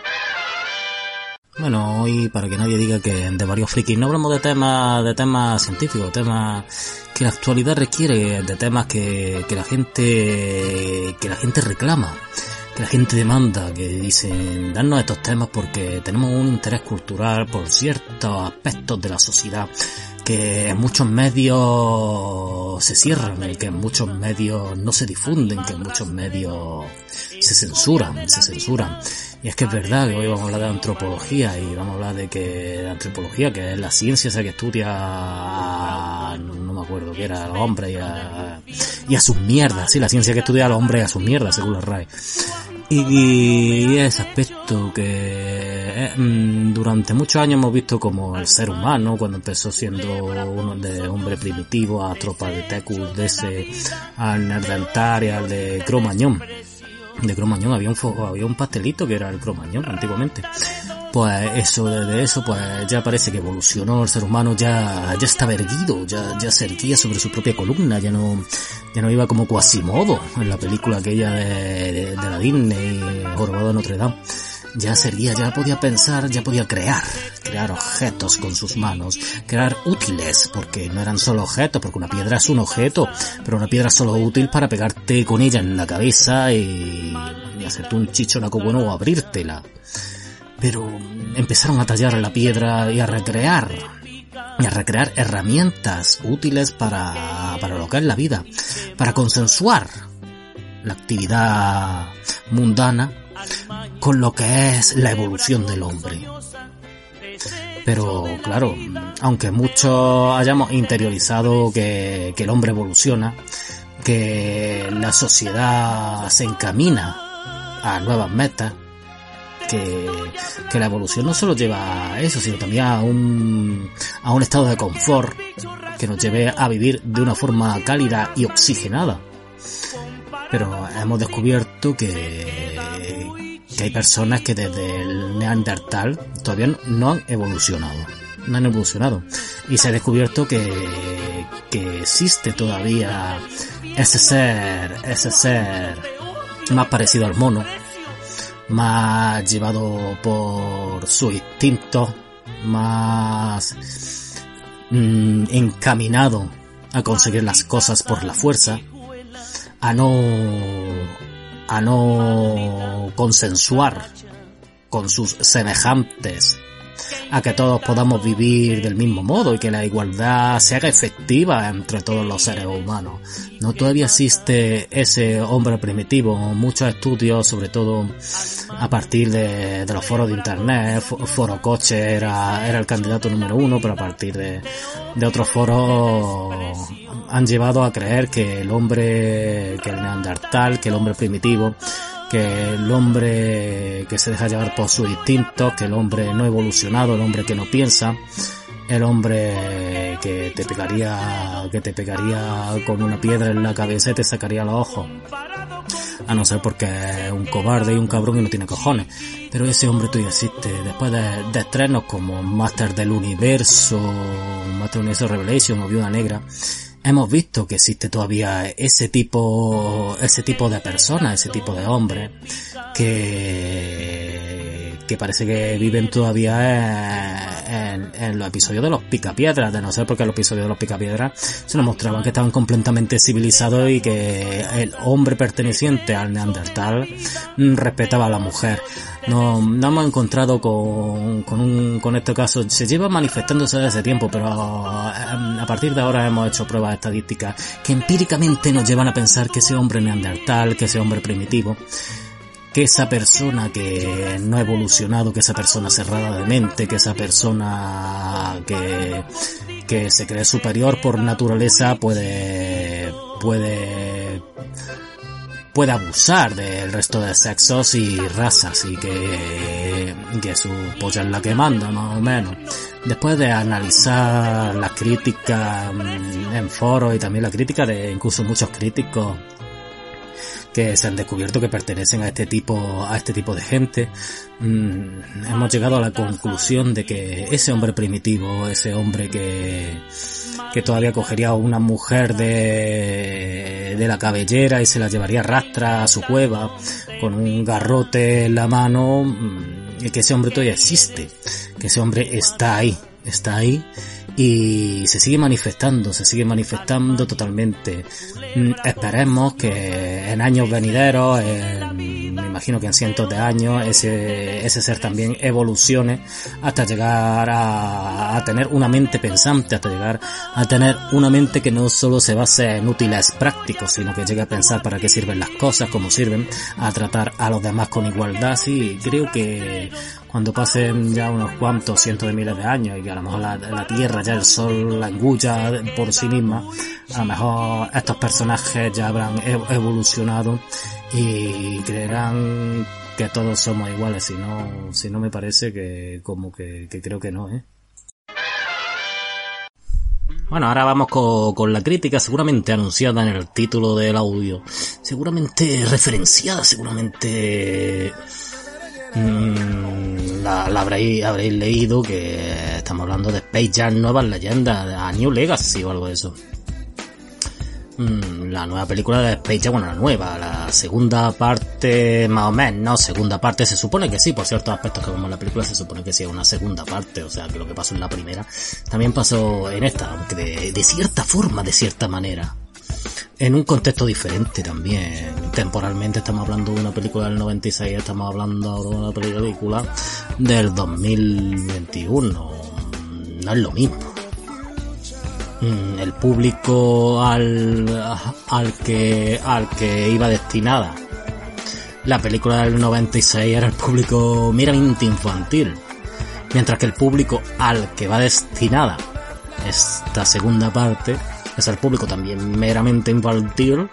Bueno, hoy, para que nadie diga que de varios frikis, no hablamos de temas, de temas científicos, temas que la actualidad requiere, de temas que, que la gente, que la gente reclama, que la gente demanda, que dicen, darnos estos temas porque tenemos un interés cultural por ciertos aspectos de la sociedad que en muchos medios se cierran, y que en muchos medios no se difunden, que en muchos medios se censuran, se censuran. Y es que es verdad que hoy vamos a hablar de antropología y vamos a hablar de que de antropología, que es la ciencia esa que estudia, no, no me acuerdo qué era, a los hombres y a, y a sus mierdas, sí, la ciencia que estudia a los hombres y a sus mierdas, según la R A E. Y, y ese aspecto que eh, durante muchos años hemos visto como el ser humano, cuando empezó siendo uno de hombre primitivo, a tropa de Tecus, de ese, al Neandertal, al de Cro-Magnon. De Cro-Magnon había un, había un pastelito que era el Cro-Magnon antiguamente. Pues eso, desde eso, pues ya parece que evolucionó el ser humano, ya, ya estaba erguido, ya, ya se erguía sobre su propia columna, ya no, ya no iba como Quasimodo en la película aquella de, de, de la Disney, Jorobado de Notre Dame. Ya se erguía, ya podía pensar, ya podía crear, crear objetos con sus manos, crear útiles, porque no eran solo objetos, porque una piedra es un objeto, pero una piedra es solo útil para pegarte con ella en la cabeza y, y hacerte un chichonaco bueno o abrírtela. Pero empezaron a tallar la piedra y a recrear, y a recrear herramientas útiles para, para lo que es la vida, para consensuar la actividad mundana con lo que es la evolución del hombre. Pero claro, aunque muchos hayamos interiorizado que, que el hombre evoluciona, que la sociedad se encamina a nuevas metas, que, que la evolución no solo lleva a eso, sino también a un, a un estado de confort que nos lleve a vivir de una forma cálida y oxigenada. Pero hemos descubierto que, que hay personas que desde el Neandertal todavía no han evolucionado, no han evolucionado. Y se ha descubierto que, que existe todavía ese ser, ese ser más parecido al mono, más llevado por su instinto, más mmm, encaminado a conseguir las cosas por la fuerza, a no a no consensuar con sus semejantes, a que todos podamos vivir del mismo modo y que la igualdad se haga efectiva entre todos los seres humanos. No todavía existe ese hombre primitivo. Muchos estudios, sobre todo a partir de, de los foros de internet, Foro Coche era, era el candidato número uno, pero a partir de, de otros foros han llevado a creer que el hombre, que el neandertal, que el hombre primitivo, que el hombre que se deja llevar por sus instintos, que el hombre no evolucionado, el hombre que no piensa, el hombre que te pegaría, que te pegaría con una piedra en la cabeza y te sacaría los ojos. A no ser porque es un cobarde y un cabrón y no tiene cojones. Pero ese hombre todavía existe. Después de, de estrenos como Master del Universo, Master del Universo Revelation o Viuda Negra, hemos visto que existe todavía ese tipo, ese tipo de personas, ese tipo de hombres que, que parece que viven todavía en, en los episodios de los Picapiedras, de no ser porque los episodios de los Picapiedras se nos mostraban que estaban completamente civilizados y que el hombre perteneciente al Neandertal respetaba a la mujer. No, no hemos encontrado con, con un, con este caso, se lleva manifestándose desde hace tiempo, pero a partir de ahora hemos hecho pruebas estadísticas que empíricamente nos llevan a pensar que ese hombre neandertal, que ese hombre primitivo, que esa persona que no ha evolucionado, que esa persona cerrada de mente, que esa persona que, que se cree superior por naturaleza puede, puede, puede abusar del resto de sexos y razas y que, que su polla es la que manda, más o menos. Después de analizar las críticas en foros y también la crítica de incluso muchos críticos que se han descubierto que pertenecen a este tipo, a este tipo de gente, mmm, hemos llegado a la conclusión de que ese hombre primitivo, ese hombre que, que todavía cogería a una mujer de, de la cabellera y se la llevaría a rastra a su cueva con un garrote en la mano, y que ese hombre todavía existe, que ese hombre está ahí, está ahí y se sigue manifestando, se sigue manifestando totalmente. Esperemos que en años venideros, en, me imagino que en cientos de años, ese, ese ser también evolucione hasta llegar a, a tener una mente pensante, hasta llegar a tener una mente que no solo se base en útiles prácticos, sino que llegue a pensar para qué sirven las cosas, cómo sirven, a tratar a los demás con igualdad. Sí, creo que cuando pasen ya unos cuantos cientos de miles de años y que a lo mejor la, la Tierra, ya el Sol la engulla por sí misma, a lo mejor estos personajes ya habrán evolucionado y creerán que todos somos iguales. Si no, si no me parece que como que, que creo que no, ¿eh? Bueno, ahora vamos con, con la crítica, seguramente anunciada en el título del audio, seguramente referenciada, seguramente mmm, la, la habréis, habréis leído, que estamos hablando de Space Jam Nuevas Leyendas, a New Legacy o algo de eso. La nueva película de Space Jam, bueno, la nueva, la segunda parte, más o menos, ¿no? Segunda parte, se supone que sí, por ciertos aspectos que vemos en la película, se supone que sí es una segunda parte, o sea, que lo que pasó en la primera también pasó en esta, aunque de, de cierta forma, de cierta manera, en un contexto diferente también. Temporalmente estamos hablando de una película del noventa y seis, estamos hablando de una película del dos mil veintiuno, no es lo mismo. El público al, al que, al que iba destinada la película del noventa y seis era el público meramente infantil, mientras que el público al que va destinada esta segunda parte es el público también meramente infantil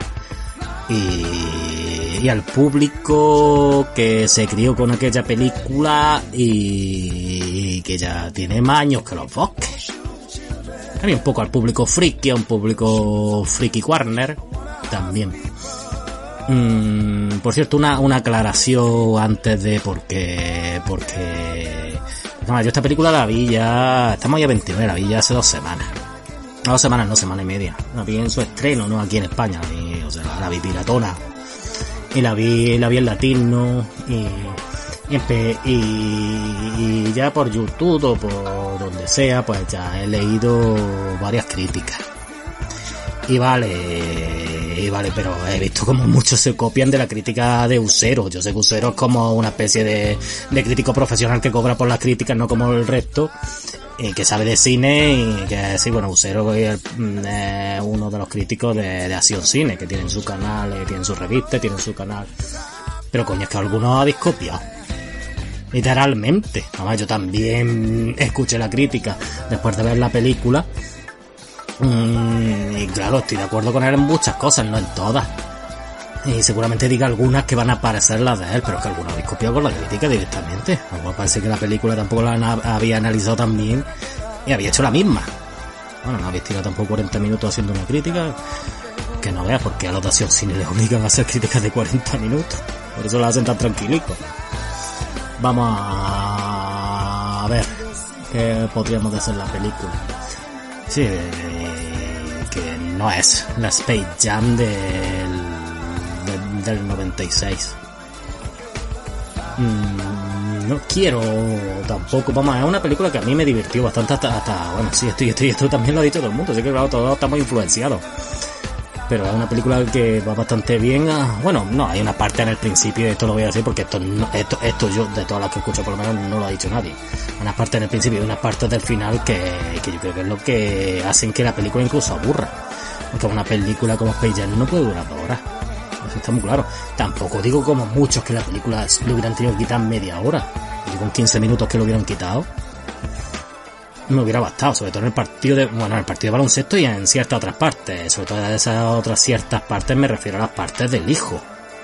y, y al público que se crió con aquella película y, y que ya tiene más años que los bosques. También un poco al público friki, a un público friki Warner también. Mm, por cierto, una, una aclaración antes de porque, porque, no, yo esta película la vi ya, estamos ya veintinueve, la vi ya hace dos semanas. No, dos semanas, no, semana y media. La vi en su estreno, no aquí en España, la vi, o sea, la vi piratona. Y la vi, la vi en latino y, y, y ya por YouTube o por donde sea, pues ya he leído varias críticas. Y vale, y vale, pero he visto como muchos se copian de la crítica de Usero. Yo sé que Usero es como una especie de, de crítico profesional que cobra por las críticas, no como el resto, y que sabe de cine y que sí, bueno, Usero es eh, uno de los críticos de, de Acción Cine, que tienen su canal, eh, tienen su revista, tienen su canal. Pero coño, es que algunos habéis copiado. Literalmente. Además, yo también escuché la crítica después de ver la película. Mm, y claro, estoy de acuerdo con él en muchas cosas, no en todas. Y seguramente diga algunas que van a parecer las de él, pero es que algunos habéis copiado con la crítica directamente. Me parece que la película tampoco la había analizado tan bien y había hecho la misma. Bueno, no habéis tirado tampoco cuarenta minutos haciendo una crítica. Que no veas, porque a los de Acción Cine les obligan a hacer críticas de cuarenta minutos. Por eso las hacen tan tranquilicos. Vamos a ver qué podríamos decir la película. Sí, que no es la Space Jam del, del, del noventa y seis. Mm, no quiero tampoco, vamos, es una película que a mí me divirtió bastante hasta, hasta bueno, sí, esto y esto, esto también lo ha dicho todo el mundo, así que claro, todos estamos influenciados. Pero es una película que va bastante bien. A, bueno, no, hay una parte en el principio, y esto lo voy a decir porque esto, no, esto, esto yo, de todas las que escucho por lo menos, no lo ha dicho nadie. Una parte en el principio y una parte del final que, que yo creo que es lo que hacen que la película incluso aburra. Porque una película como Space Jam no puede durar dos horas. Eso está muy claro. Tampoco digo como muchos que la película le hubieran tenido que quitar media hora. Y con quince minutos que lo hubieran quitado, me hubiera bastado, sobre todo en el partido de, bueno, en el partido de baloncesto y en ciertas otras partes, sobre todo en esas otras ciertas partes me refiero a las partes del hijo,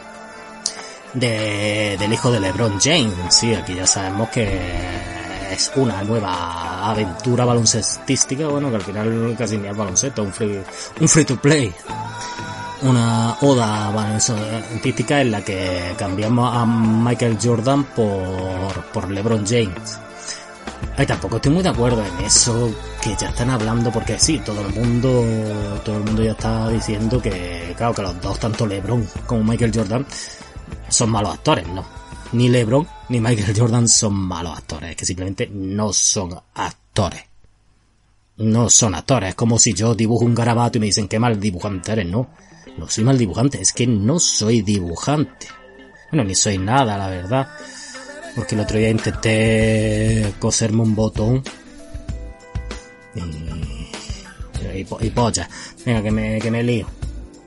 de, del hijo de LeBron James. Sí, aquí ya sabemos que es una nueva aventura baloncestística, bueno, que al final casi ni es baloncesto, un free, un free to play, una oda baloncestística en la que cambiamos a Michael Jordan por, por LeBron James. Ay, tampoco estoy muy de acuerdo en eso que ya están hablando, porque sí, todo el mundo todo el mundo ya está diciendo que, claro, que los dos, tanto LeBron como Michael Jordan, son malos actores. No, ni LeBron ni Michael Jordan son malos actores, es que simplemente no son actores. No son actores, es como si yo dibujo un garabato y me dicen qué mal dibujante eres. No, no soy mal dibujante, es que no soy dibujante. Bueno, ni soy nada, la verdad. Porque el otro día intenté coserme un botón y, y, y polla. Venga, que me, que me lío.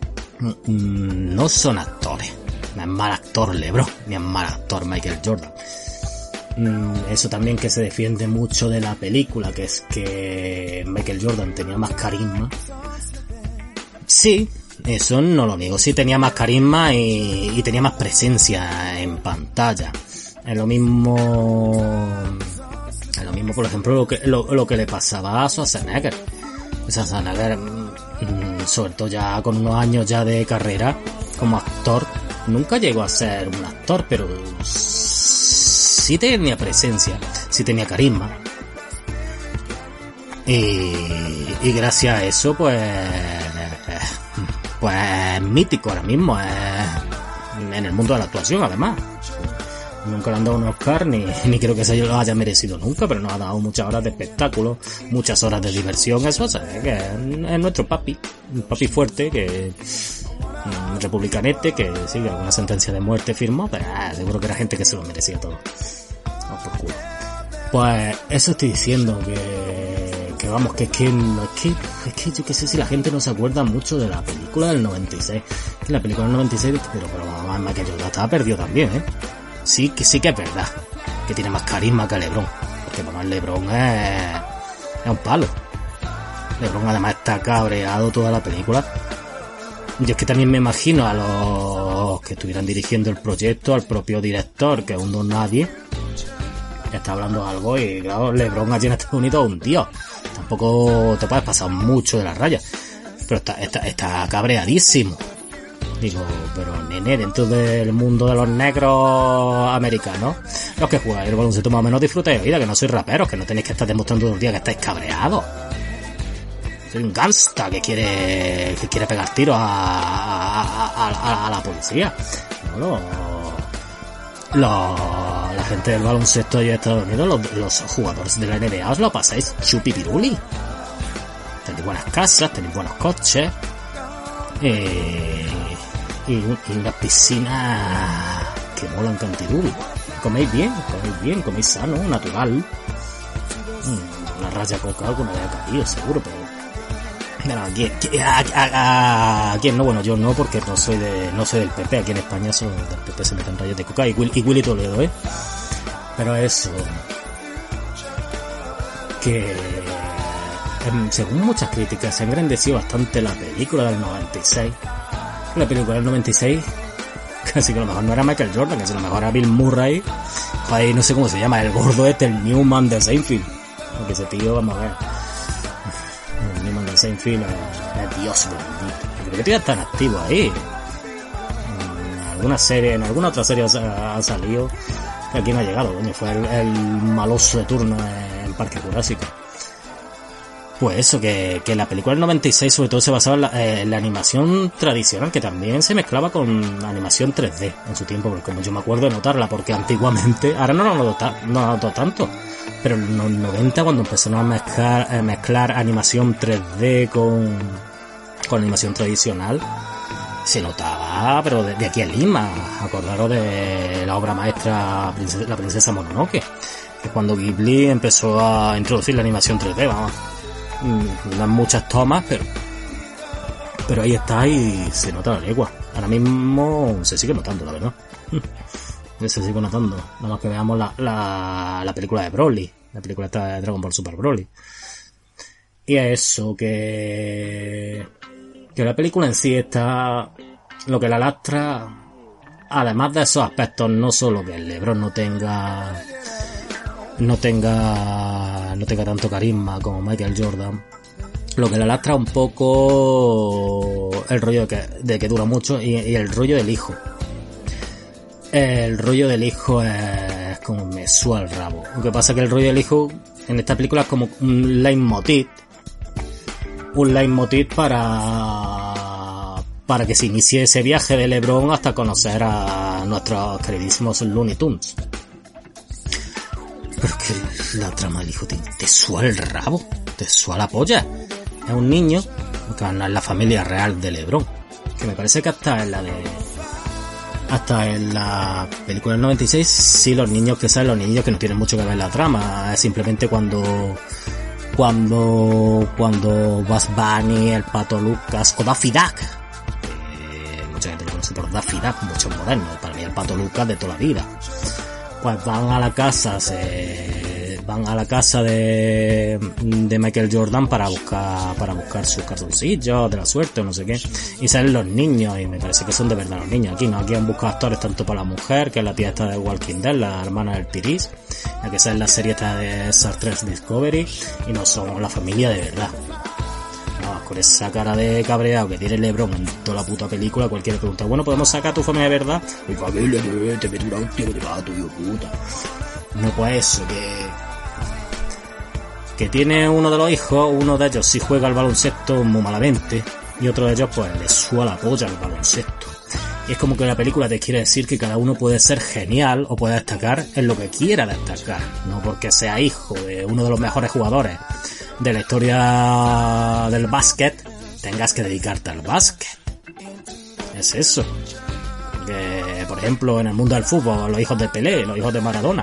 No son actores. No es mal actor LeBron, ni es mal actor Michael Jordan. Eso también que se defiende mucho de la película, que es que Michael Jordan tenía más carisma. Sí, eso no lo niego. Sí tenía más carisma y, y tenía más presencia en pantalla. Es lo mismo, es lo mismo, por ejemplo, lo que, lo, lo que le pasaba a Schwarzenegger. Schwarzenegger, sobre todo ya con unos años ya de carrera como actor, nunca llegó a ser un actor, pero sí tenía presencia, sí tenía carisma. Y, y gracias a eso, pues, pues es mítico ahora mismo, es, en el mundo de la actuación, además. Nunca le han dado un Oscar, ni, ni creo que se lo haya merecido nunca, pero nos ha dado muchas horas de espectáculo, muchas horas de diversión. Eso o sea, que es, es nuestro papi, un papi fuerte, que un republicanete, que sí, que alguna sentencia de muerte firmó, pero ah, seguro que era gente que se lo merecía todo. Vamos por culo. Pues eso estoy diciendo, que, que vamos, que es que, es que, es que yo qué sé si la gente no se acuerda mucho de la película del noventa y seis. Que la película del noventa y seis, pero, pero mamá, que yo la estaba perdido también, eh. Sí que sí que es verdad que tiene más carisma que LeBron, porque bueno, el LeBron es, es un palo. LeBron además está cabreado toda la película. Yo es que también me imagino a los que estuvieran dirigiendo el proyecto, al propio director, que es un don nadie, que está hablando algo, y claro, LeBron allí en Estados Unidos es un dios. Tampoco te puedes pasar mucho de las rayas, pero está, está, está cabreadísimo. Digo, pero nene, dentro del mundo de los negros americanos, los que jugáis el baloncesto más o menos disfrutáis de vida, que no sois raperos, que no tenéis que estar demostrando todos los días que estáis cabreados. Soy un gangsta que quiere que quiere pegar tiros a, a, a, a, a la policía. No, no. Los, la gente del baloncesto de Estados Unidos, los, los jugadores de la N B A, os lo pasáis chupipiruli. Tenéis buenas casas, tenéis buenos coches, Eh, y, y una piscina que mola en Cantidubi. Coméis bien, coméis bien, coméis sano, natural. Mm, una raya coca alguna vez ha caído, seguro, pero... Bueno, aquí, a, a, a, aquí no, bueno, yo no, porque no soy de no soy del P P, aquí en España solo del P P se meten rayas de coca y, Will, y Willy Toledo, ¿eh? Pero eso... Que... Según muchas críticas, se ha engrandecido bastante la película del noventa y seis. La película del noventa y seis, casi que a lo mejor no era Michael Jordan, casi a lo mejor era Bill Murray. Joder, no sé cómo se llama, el gordo este, el Newman de Seinfeld. Porque ese tío, vamos a ver... El Newman de Seinfeld es Dios bendito. Creo que todavía están activos ahí. En alguna serie, en alguna otra serie ha, ha salido, que aquí no ha llegado, coño. Fue el, el maloso de turno en Parque Jurásico. Pues eso, que, que la película del noventa y seis sobre todo se basaba en la, eh, en la animación tradicional, que también se mezclaba con animación tres D en su tiempo, porque como yo me acuerdo de notarla, porque antiguamente, ahora no lo noto, no lo noto tanto, pero en los noventa cuando empezaron a mezclar, a mezclar animación tres D con, con animación tradicional, se notaba, pero de, de aquí a Lima, acordaros de la obra maestra La Princesa Mononoke, que cuando Ghibli empezó a introducir la animación tres D, vamos. No hay muchas tomas, pero pero ahí está y se nota la legua. Ahora mismo se sigue notando, la verdad. Se sigue notando. Nada más que veamos la, la, la película de Broly, la película esta de Dragon Ball Super Broly. Y es eso, que que la película en sí está lo que la lastra, además de esos aspectos, no solo que el LeBron no tenga no tenga no tenga tanto carisma como Michael Jordan, lo que le lastra un poco el rollo de que, de que dura mucho y, y el rollo del hijo. El rollo del hijo es como me suda el rabo. Lo que pasa es que el rollo del hijo en esta película es como un leitmotiv, un leitmotiv para para que se inicie ese viaje de LeBron hasta conocer a nuestros queridísimos Looney Tunes. Pero es que la trama del hijo te, te suda el rabo, te suda la polla. Es un niño que no es la familia real de LeBron, que me parece que hasta en la de hasta en la película del noventa y seis sí, los niños que salen, los niños que no tienen mucho que ver en la trama, es simplemente cuando cuando cuando Bugs Bunny, el Pato Lucas o Daffy Duck, eh, mucha gente lo conoce por Daffy Duck, mucho moderno, para mí el Pato Lucas de toda la vida. Pues van a la casa, se van a la casa de, de Michael Jordan para buscar para buscar sus cartoncillos de la suerte o no sé qué, y salen los niños y me parece que son de verdad los niños. Aquí no, aquí han buscado actores tanto para la mujer, que es la tía esta de Walking Dead, la hermana del Tiris, la que sale en la serie esta de Star Trek Discovery, y no son la familia de verdad. No, con esa cara de cabreado que tiene LeBron en toda la puta película, cualquiera pregunta, bueno, ¿podemos sacar a tu familia de verdad? Y familia de verdad, te meto una hostia que te va a tu hijo puta. No, pues eso, que que tiene uno de los hijos, uno de ellos sí juega al baloncesto muy malamente, y otro de ellos pues le suda la polla al baloncesto. Y es como que la película te quiere decir que cada uno puede ser genial o puede destacar en lo que quiera destacar, no porque sea hijo de uno de los mejores jugadores de la historia del básquet tengas que dedicarte al básquet. Es eso. Porque, por ejemplo, en el mundo del fútbol, los hijos de Pelé, los hijos de Maradona,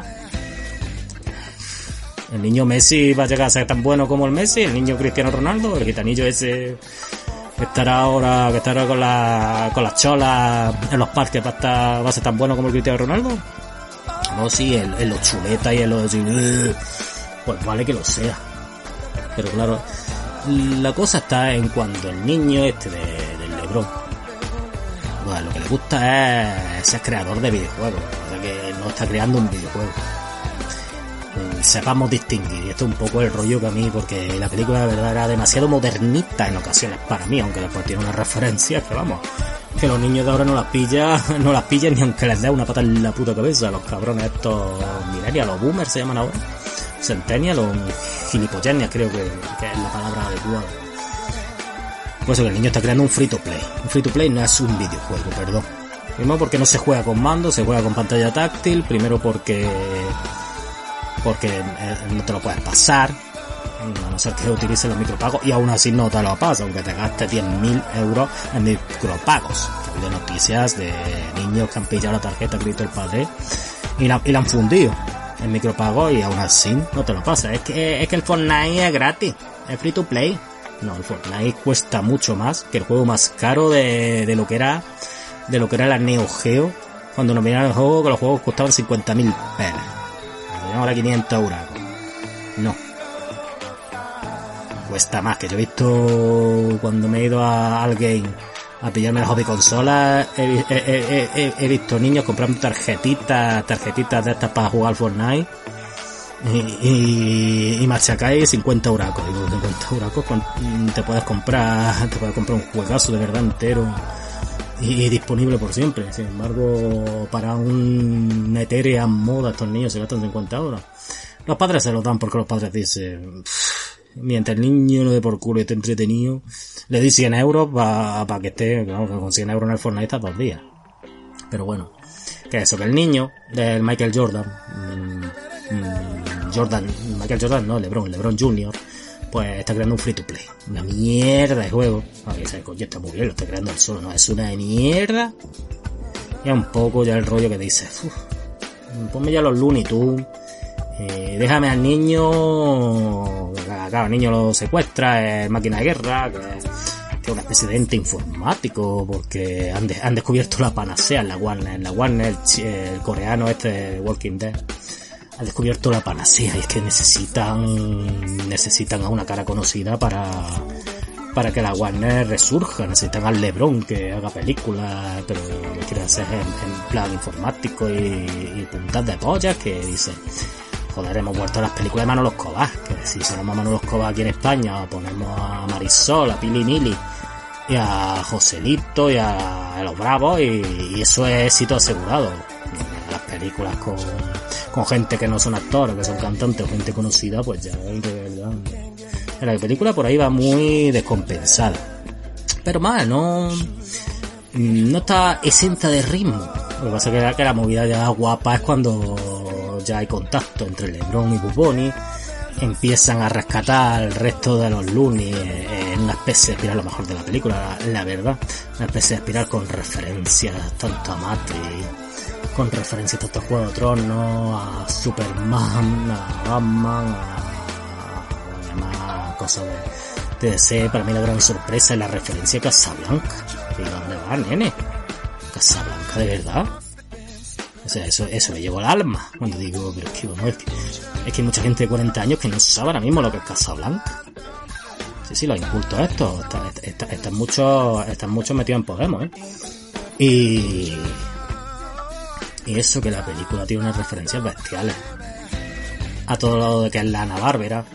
el niño Messi va a llegar a ser tan bueno como el Messi, el niño Cristiano Ronaldo, el gitanillo ese que estará ahora, que estará con la, con las cholas en los parques, va a estar, va a ser tan bueno como el Cristiano Ronaldo. No, sí, en, en los chuletas y en los así, pues vale que lo sea. Pero claro, la cosa está en cuando el niño este de, del LeBron, bueno, lo que le gusta es ser creador de videojuegos, o sea que no está creando un videojuego. Sepamos distinguir, y esto es un poco el rollo que a mí, porque la película de verdad era demasiado modernista en ocasiones para mí, aunque después tiene unas referencias que vamos, que los niños de ahora no las pillan, no las pillan ni aunque les dé una pata en la puta cabeza, los cabrones estos millennials, los boomers se llaman ahora, centennials, los gilipollas creo que, que es la palabra adecuada. Por eso que el niño está creando un free to play, un free to play no es un videojuego, perdón. Primero porque no se juega con mando, se juega con pantalla táctil, primero porque porque no te lo puedes pasar, a no ser que utilices los micropagos, y aún así no te lo pasa, aunque te gastes diez mil euros en micropagos. Ha habido noticias de niños que han pillado la tarjeta crédito del padre y la, y la han fundido en micropagos y aún así no te lo pasa. Es que, es que el Fortnite es gratis, es free to play. No, el Fortnite cuesta mucho más que el juego más caro de, de lo que era, de lo que era la Neo Geo, cuando nos miraron el juego, que los juegos costaban cincuenta mil pelas. Ahora quinientos euros. No. Cuesta más, que yo he visto cuando me he ido a, al game a pillarme las hobby consolas, he, he, he, he, he visto niños comprando tarjetitas, tarjetitas de estas para jugar al Fortnite y, y, y machacáis cincuenta euracos. Digo, cincuenta euracos te puedes comprar, te puedes comprar un juegazo de verdad entero y disponible por siempre. Sin embargo, para un Ethereum moda estos niños se gastan cincuenta euros. Los padres se los dan porque los padres dicen, mientras el niño lo dé por culo y esté entretenido, le doy cien euros para pa que esté, vamos, que con cien euros en el Fortnite está dos días. Pero bueno, que eso, que el niño del Michael Jordan, mmm, mmm, Jordan, Michael Jordan no, LeBron, LeBron junior, pues está creando un free to play. Una mierda de juego. A ver, ese coño está muy bien, lo está creando él solo, no, es una mierda. Ya un poco ya el rollo que dice, uff, ponme ya los Looney Tunes. Eh, déjame al niño, claro, el niño lo secuestra, es máquina de guerra, que, que es una especie de ente informático, porque han, de, han descubierto la panacea en la Warner, en la Warner, el, el coreano este, Walking Dead, ha descubierto la panacea, y es que necesitan, necesitan a una cara conocida para, para que la Warner resurja, necesitan al LeBron que haga películas, pero lo quieren hacer en, en plan informático y, y puntas de pollas, que dice, joder, hemos vuelto a las películas de Manolo Escobar, que si sonamos a Manolo Escobar aquí en España, ponemos a Marisol, a Pili Mili, y a Joselito, y a, a los Bravos, y, y eso es éxito asegurado. Las películas con, con gente que no son actores, que son cantantes o gente conocida, pues ya, de verdad, la película por ahí va muy descompensada. Pero más, no, no está exenta de ritmo. Lo que pasa es que, que la movida ya guapa es cuando ya hay contacto entre LeBron y Bugs Bunny, empiezan a rescatar el resto de los Looney en una especie de espiral, lo mejor de la película, la, la verdad, una especie de espiral con referencias tanto a Matrix, con referencias tanto a Juego de Tronos, a Superman, a Batman, a demás cosas de, de D C. Para mí la gran sorpresa es la referencia a Casablanca. ¿Y dónde va, nene? Casablanca, ¿de verdad? O sea, eso, eso me llevó al alma cuando digo, pero es que, bueno, es que, es que hay mucha gente de cuarenta años que no sabe ahora mismo lo que es Casablanca. Sí, sí, los incultos estos, están, están, están muchos, están muchos metidos en Podemos, ¿eh? Y, y eso, que la película tiene unas referencias bestiales a todo lo de que es la Hanna Barbera.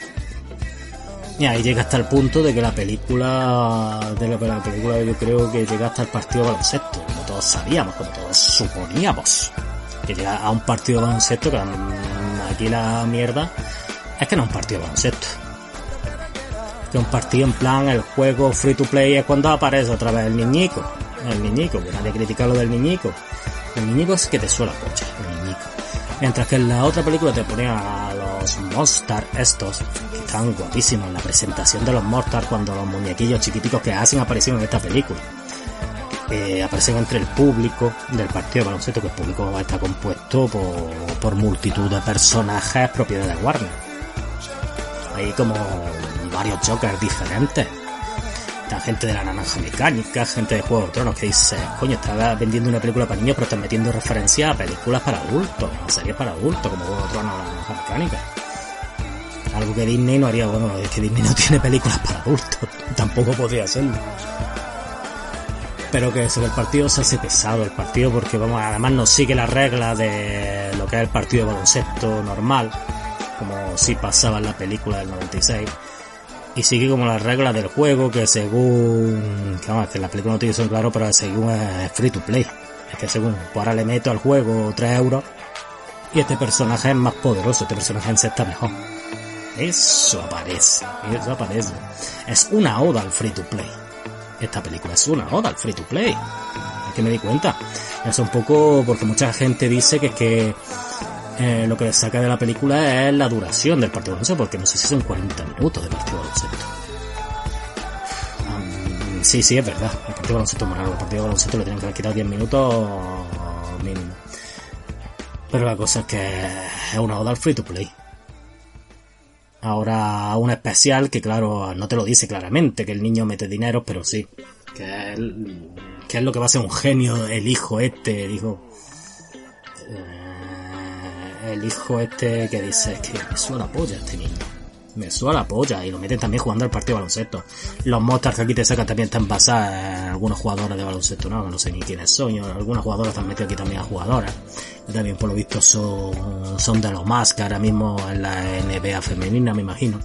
Y ahí llega hasta el punto de que la película, de la, de la película yo creo que llega hasta el partido de baloncesto, como todos sabíamos, como todos suponíamos, que llega a un partido de baloncesto, que aquí la mierda es que no es un partido de baloncesto, que es un partido en plan, el juego free to play es cuando aparece otra vez el niñico, el niñico, que nadie critica lo del niñico, el niñico es que te suela pocha, el niñico. Mientras que en la otra película te ponían a los Monstars estos, que están guapísimos en la presentación de los Monstars, cuando los muñequillos chiquiticos que hacen aparecieron en esta película. Eh, aparecen entre el público del partido de baloncesto, que el público está compuesto por, por multitud de personajes propiedad de Warner. Hay como varios Jokers diferentes. Está gente de la Naranja Mecánica, gente de Juego de Tronos, que dice, coño, estás vendiendo una película para niños, pero estás metiendo referencias a películas para adultos, a series para adultos, como Juego de Tronos o la Naranja Mecánica. Algo que Disney no haría. Bueno, es que Disney no tiene películas para adultos, tampoco podría hacerlo. Pero que eso, que el partido se hace pesado, el partido, porque vamos, además no sigue las reglas de lo que es el partido de baloncesto normal, como si pasaba en la película del noventa y seis. Y sigue como las reglas del juego, que según, que vamos, que en la película no te dicen claro, pero según es free to play. Es que según, pues ahora le meto al juego tres euros y este personaje es más poderoso, este personaje en sí está mejor. Eso aparece, eso aparece. Es una oda al free to play. Esta película es una oda al free to play. Es que me di cuenta. Es un poco porque mucha gente dice que es que Eh, lo que saca de la película es la duración del partido de baloncesto, porque no sé si son cuarenta minutos de partido de baloncesto. Um, sí, sí, es verdad. El partido de baloncesto es muy largo. El partido de baloncesto le tienen que haber quitado diez minutos mínimo. Pero la cosa es que es una oda al free to play. Ahora un especial que, claro, no te lo dice claramente, que el niño mete dinero, pero sí. Que es, que es lo que va a ser un genio el hijo este, el hijo... Eh, el hijo este que dice, es que me suda la polla este niño. Me suda la polla. Y lo meten también jugando al partido de baloncesto. Los monsters que aquí te sacan también están basados en algunos jugadores de baloncesto, ¿no? No sé ni quiénes son. Algunas jugadoras están metidas aquí también a jugadoras. También por lo visto son, son de los más que ahora mismo en la N B A femenina, me imagino.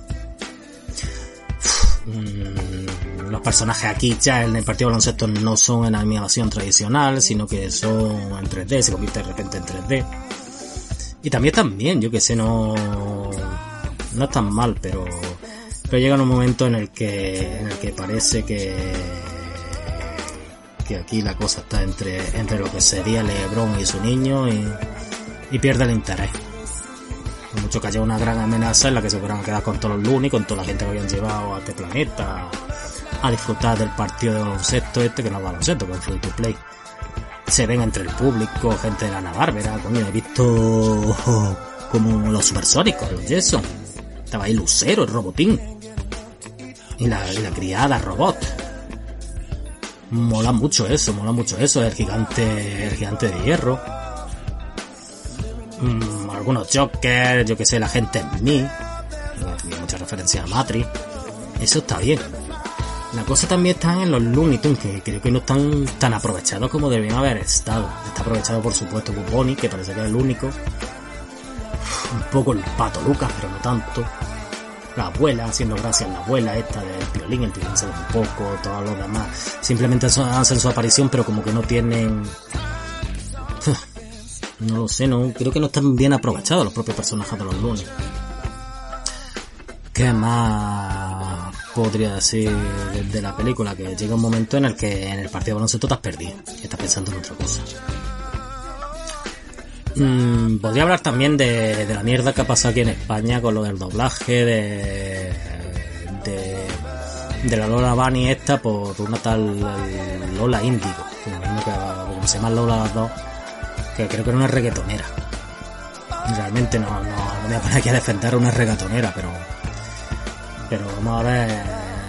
Uf, mmm, los personajes aquí ya en el partido de baloncesto no son en animación tradicional, sino que son en tres D, se convierte de repente en tres D. Y también están bien, yo que sé, no, no están mal, pero, pero llega un momento en el que, en el que parece que, que aquí la cosa está entre, entre lo que sería LeBron y su niño y, y pierde el interés. Por mucho que haya una gran amenaza en la que se fueran a quedar con todos los Looney, con toda la gente que habían llevado a este planeta a disfrutar del partido de baloncesto este, que no es baloncesto, que es free to play. Se ven entre el público, gente de la Hanna-Barbera, coño, he visto como los supersónicos, los Jason. Estaba ahí Lucero, el robotín. Y la, y la criada robot. Mola mucho eso, mola mucho eso, el gigante, el gigante de hierro. Mm, algunos Jokers, yo que sé, la gente en mí. Tiene mucha referencia a Matrix. Eso está bien. La cosa también está en los Looney Tunes, que creo que no están tan aprovechados como deberían haber estado. Está aprovechado, por supuesto, Bugs Bunny, que parece que es el único. Un poco el Pato Lucas, pero no tanto. La abuela, haciendo gracia en la abuela esta del Piolín, el Piolín se ve un poco, todos los demás. Simplemente hacen su aparición, pero como que no tienen... No lo sé, no creo que no están bien aprovechados los propios personajes de los Looney. ¿Qué más podría decir de la película? Que llega un momento en el que en el partido de baloncesto te has perdido y estás pensando en otra cosa. Mm, podría hablar también de, de la mierda que ha pasado aquí en España con lo del doblaje de de, de la Lola Bunny esta por una tal Lola Índigo, que me imagino que como se llama Lola las dos, que creo que era una reggaetonera. Realmente no, no, no me voy a poner aquí a defender a una reggaetonera, pero pero vamos a ver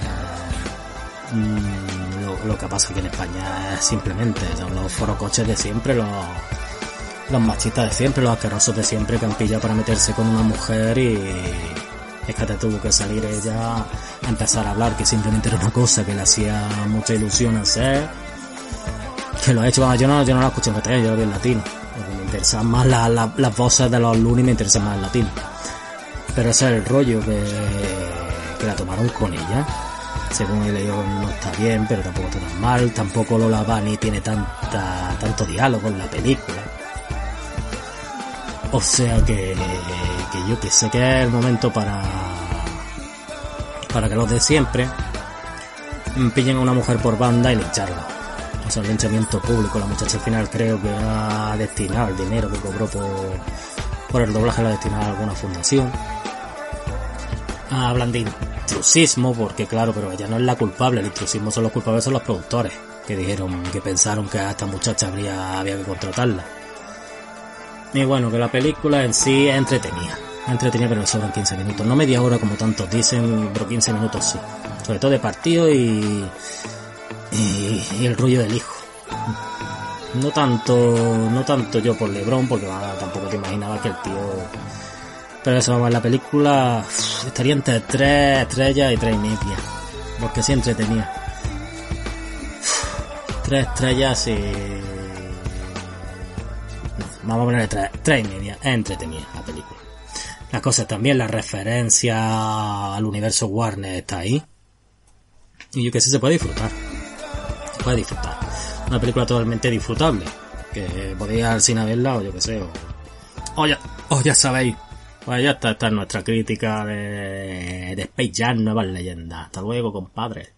mmm, lo, lo que pasa aquí en España es simplemente son los forocoches de siempre, los los machistas de siempre, los asquerosos de siempre que han pillado para meterse con una mujer y es que te tuvo que salir ella a empezar a hablar, que simplemente era una cosa que le hacía mucha ilusión hacer, que lo ha hecho. Yo no, yo no la escuché en castellano, yo lo vi en latino, porque me interesan más la, la, las voces de los Looney, me interesan más en latino, pero ese es el rollo que que la tomaron con ella. Según he leído, no está bien, pero tampoco está tan mal. Tampoco Lola Bunny tiene tanta tanto diálogo en la película. O sea que, que yo que sé que es el momento para para que los de siempre pillen a una mujer por banda y lincharla. O sea, el linchamiento público. La muchacha al final creo que ha destinado el dinero que cobró por, por el doblaje, lo ha destinado a alguna fundación. Hablan de intrusismo, porque claro, pero ella no es la culpable, el intrusismo son los culpables, son los productores, que dijeron, que pensaron que a esta muchacha habría, había que contratarla. Y bueno, que la película en sí es entretenida, es entretenida, pero le sobran quince minutos, no media hora como tantos dicen, pero quince minutos sí, sobre todo de partido y, y, y el rollo del hijo. No tanto, no tanto yo por LeBron, porque bueno, tampoco te imaginabas que el tío... Pero eso, vamos, la película uff, estaría entre tres estrellas y tres y media, porque sí entretenía. Uf, tres estrellas y... No, vamos a ponerle tres, tres y media, es entretenida la película. Las cosas también, la referencia al universo Warner está ahí. Y yo que sé, se puede disfrutar. Se puede disfrutar. Una película totalmente disfrutable, que podéis ir al cine a verla, o yo que sé, o... O ya, o ya sabéis. Pues ya está, esta es nuestra crítica de, de Space Jam, nuevas leyendas. Hasta luego, compadre.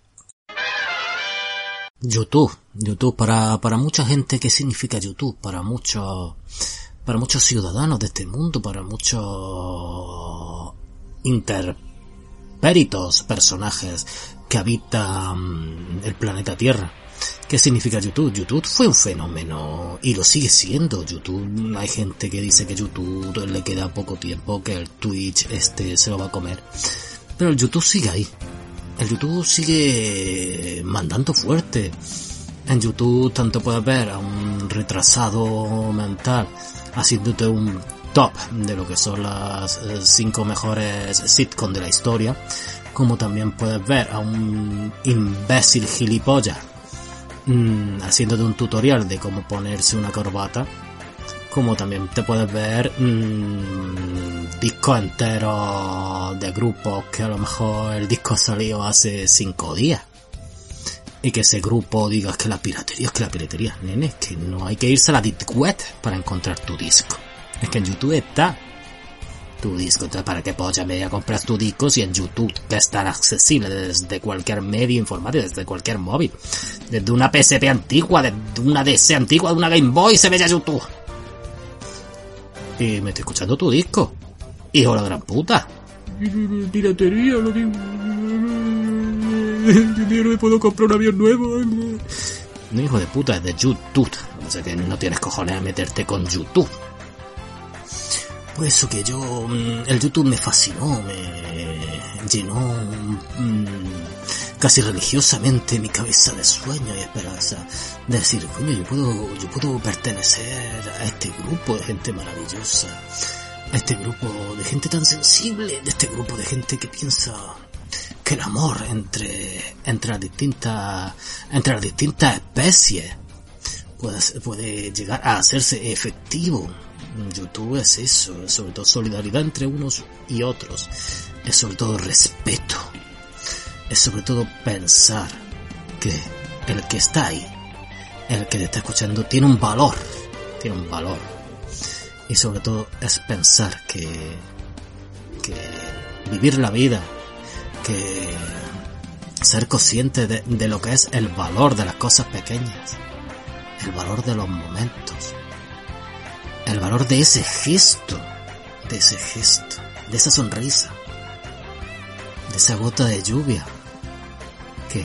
YouTube. YouTube, para, para mucha gente, ¿qué significa YouTube? Para muchos, para muchos ciudadanos de este mundo, para muchos interpéritos personajes que habitan el planeta Tierra. ¿Qué significa YouTube? YouTube fue un fenómeno y lo sigue siendo. YouTube, hay gente que dice que YouTube le queda poco tiempo, que el Twitch este se lo va a comer, pero el YouTube sigue ahí. El YouTube sigue mandando fuerte. En YouTube tanto puedes ver a un retrasado mental haciéndote un top de lo que son las cinco mejores sitcoms de la historia, como también puedes ver a un imbécil gilipollas mmm, haciéndote un tutorial de cómo ponerse una corbata, como también te puedes ver mmm, discos enteros de grupos que a lo mejor el disco salió hace cinco días. Y que ese grupo diga que la piratería, es que la piratería, nene, es que no hay que irse a la deep web para encontrar tu disco. Es que en YouTube está tu disco. Entonces, ¿para qué polla me voy a comprar tu disco si en YouTube que es tan accesible desde cualquier medio informático, desde cualquier móvil? Desde una P S P antigua, desde una D S antigua, de una Game Boy se ve ya YouTube. Y me estoy escuchando tu disco. Hijo de la gran puta. Piratería, lo digo. El dinero me puedo comprar un avión nuevo. No, hijo de puta, es de YouTube. O sea que no tienes cojones a meterte con YouTube. Pues eso que yo... El YouTube me fascinó, me llenó mmm, casi religiosamente mi cabeza de sueño y esperanza. De decir, coño, yo puedo, yo puedo pertenecer a este grupo de gente maravillosa. A este grupo de gente tan sensible. De este grupo de gente que piensa... que el amor entre entre las distintas entre las distintas especies puede, puede llegar a hacerse efectivo. YouTube es eso, es sobre todo solidaridad entre unos y otros, es sobre todo respeto, es sobre todo pensar que el que está ahí, el que te está escuchando tiene un valor, tiene un valor, y sobre todo es pensar que que vivir la vida, que ser consciente de, de lo que es el valor de las cosas pequeñas, el valor de los momentos, el valor de ese gesto, de ese gesto, de esa sonrisa, de esa gota de lluvia que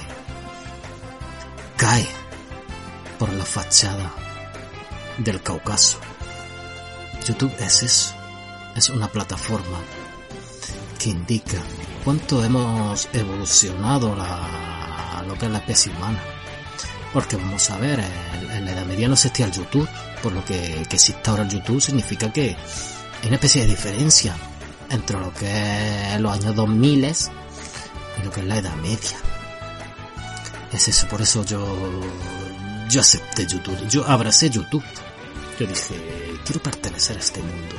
cae por la fachada del Cáucaso. YouTube es eso, es una plataforma que indica cuánto hemos evolucionado la, lo que es la especie humana. Porque vamos a ver, en, en la Edad Media no existía el YouTube, por lo que, que exista ahora el YouTube significa que hay una especie de diferencia entre lo que es los años dos mil y lo que es la Edad Media. Es eso, por eso yo yo acepté YouTube, yo abracé YouTube. Yo dije, quiero pertenecer a este mundo.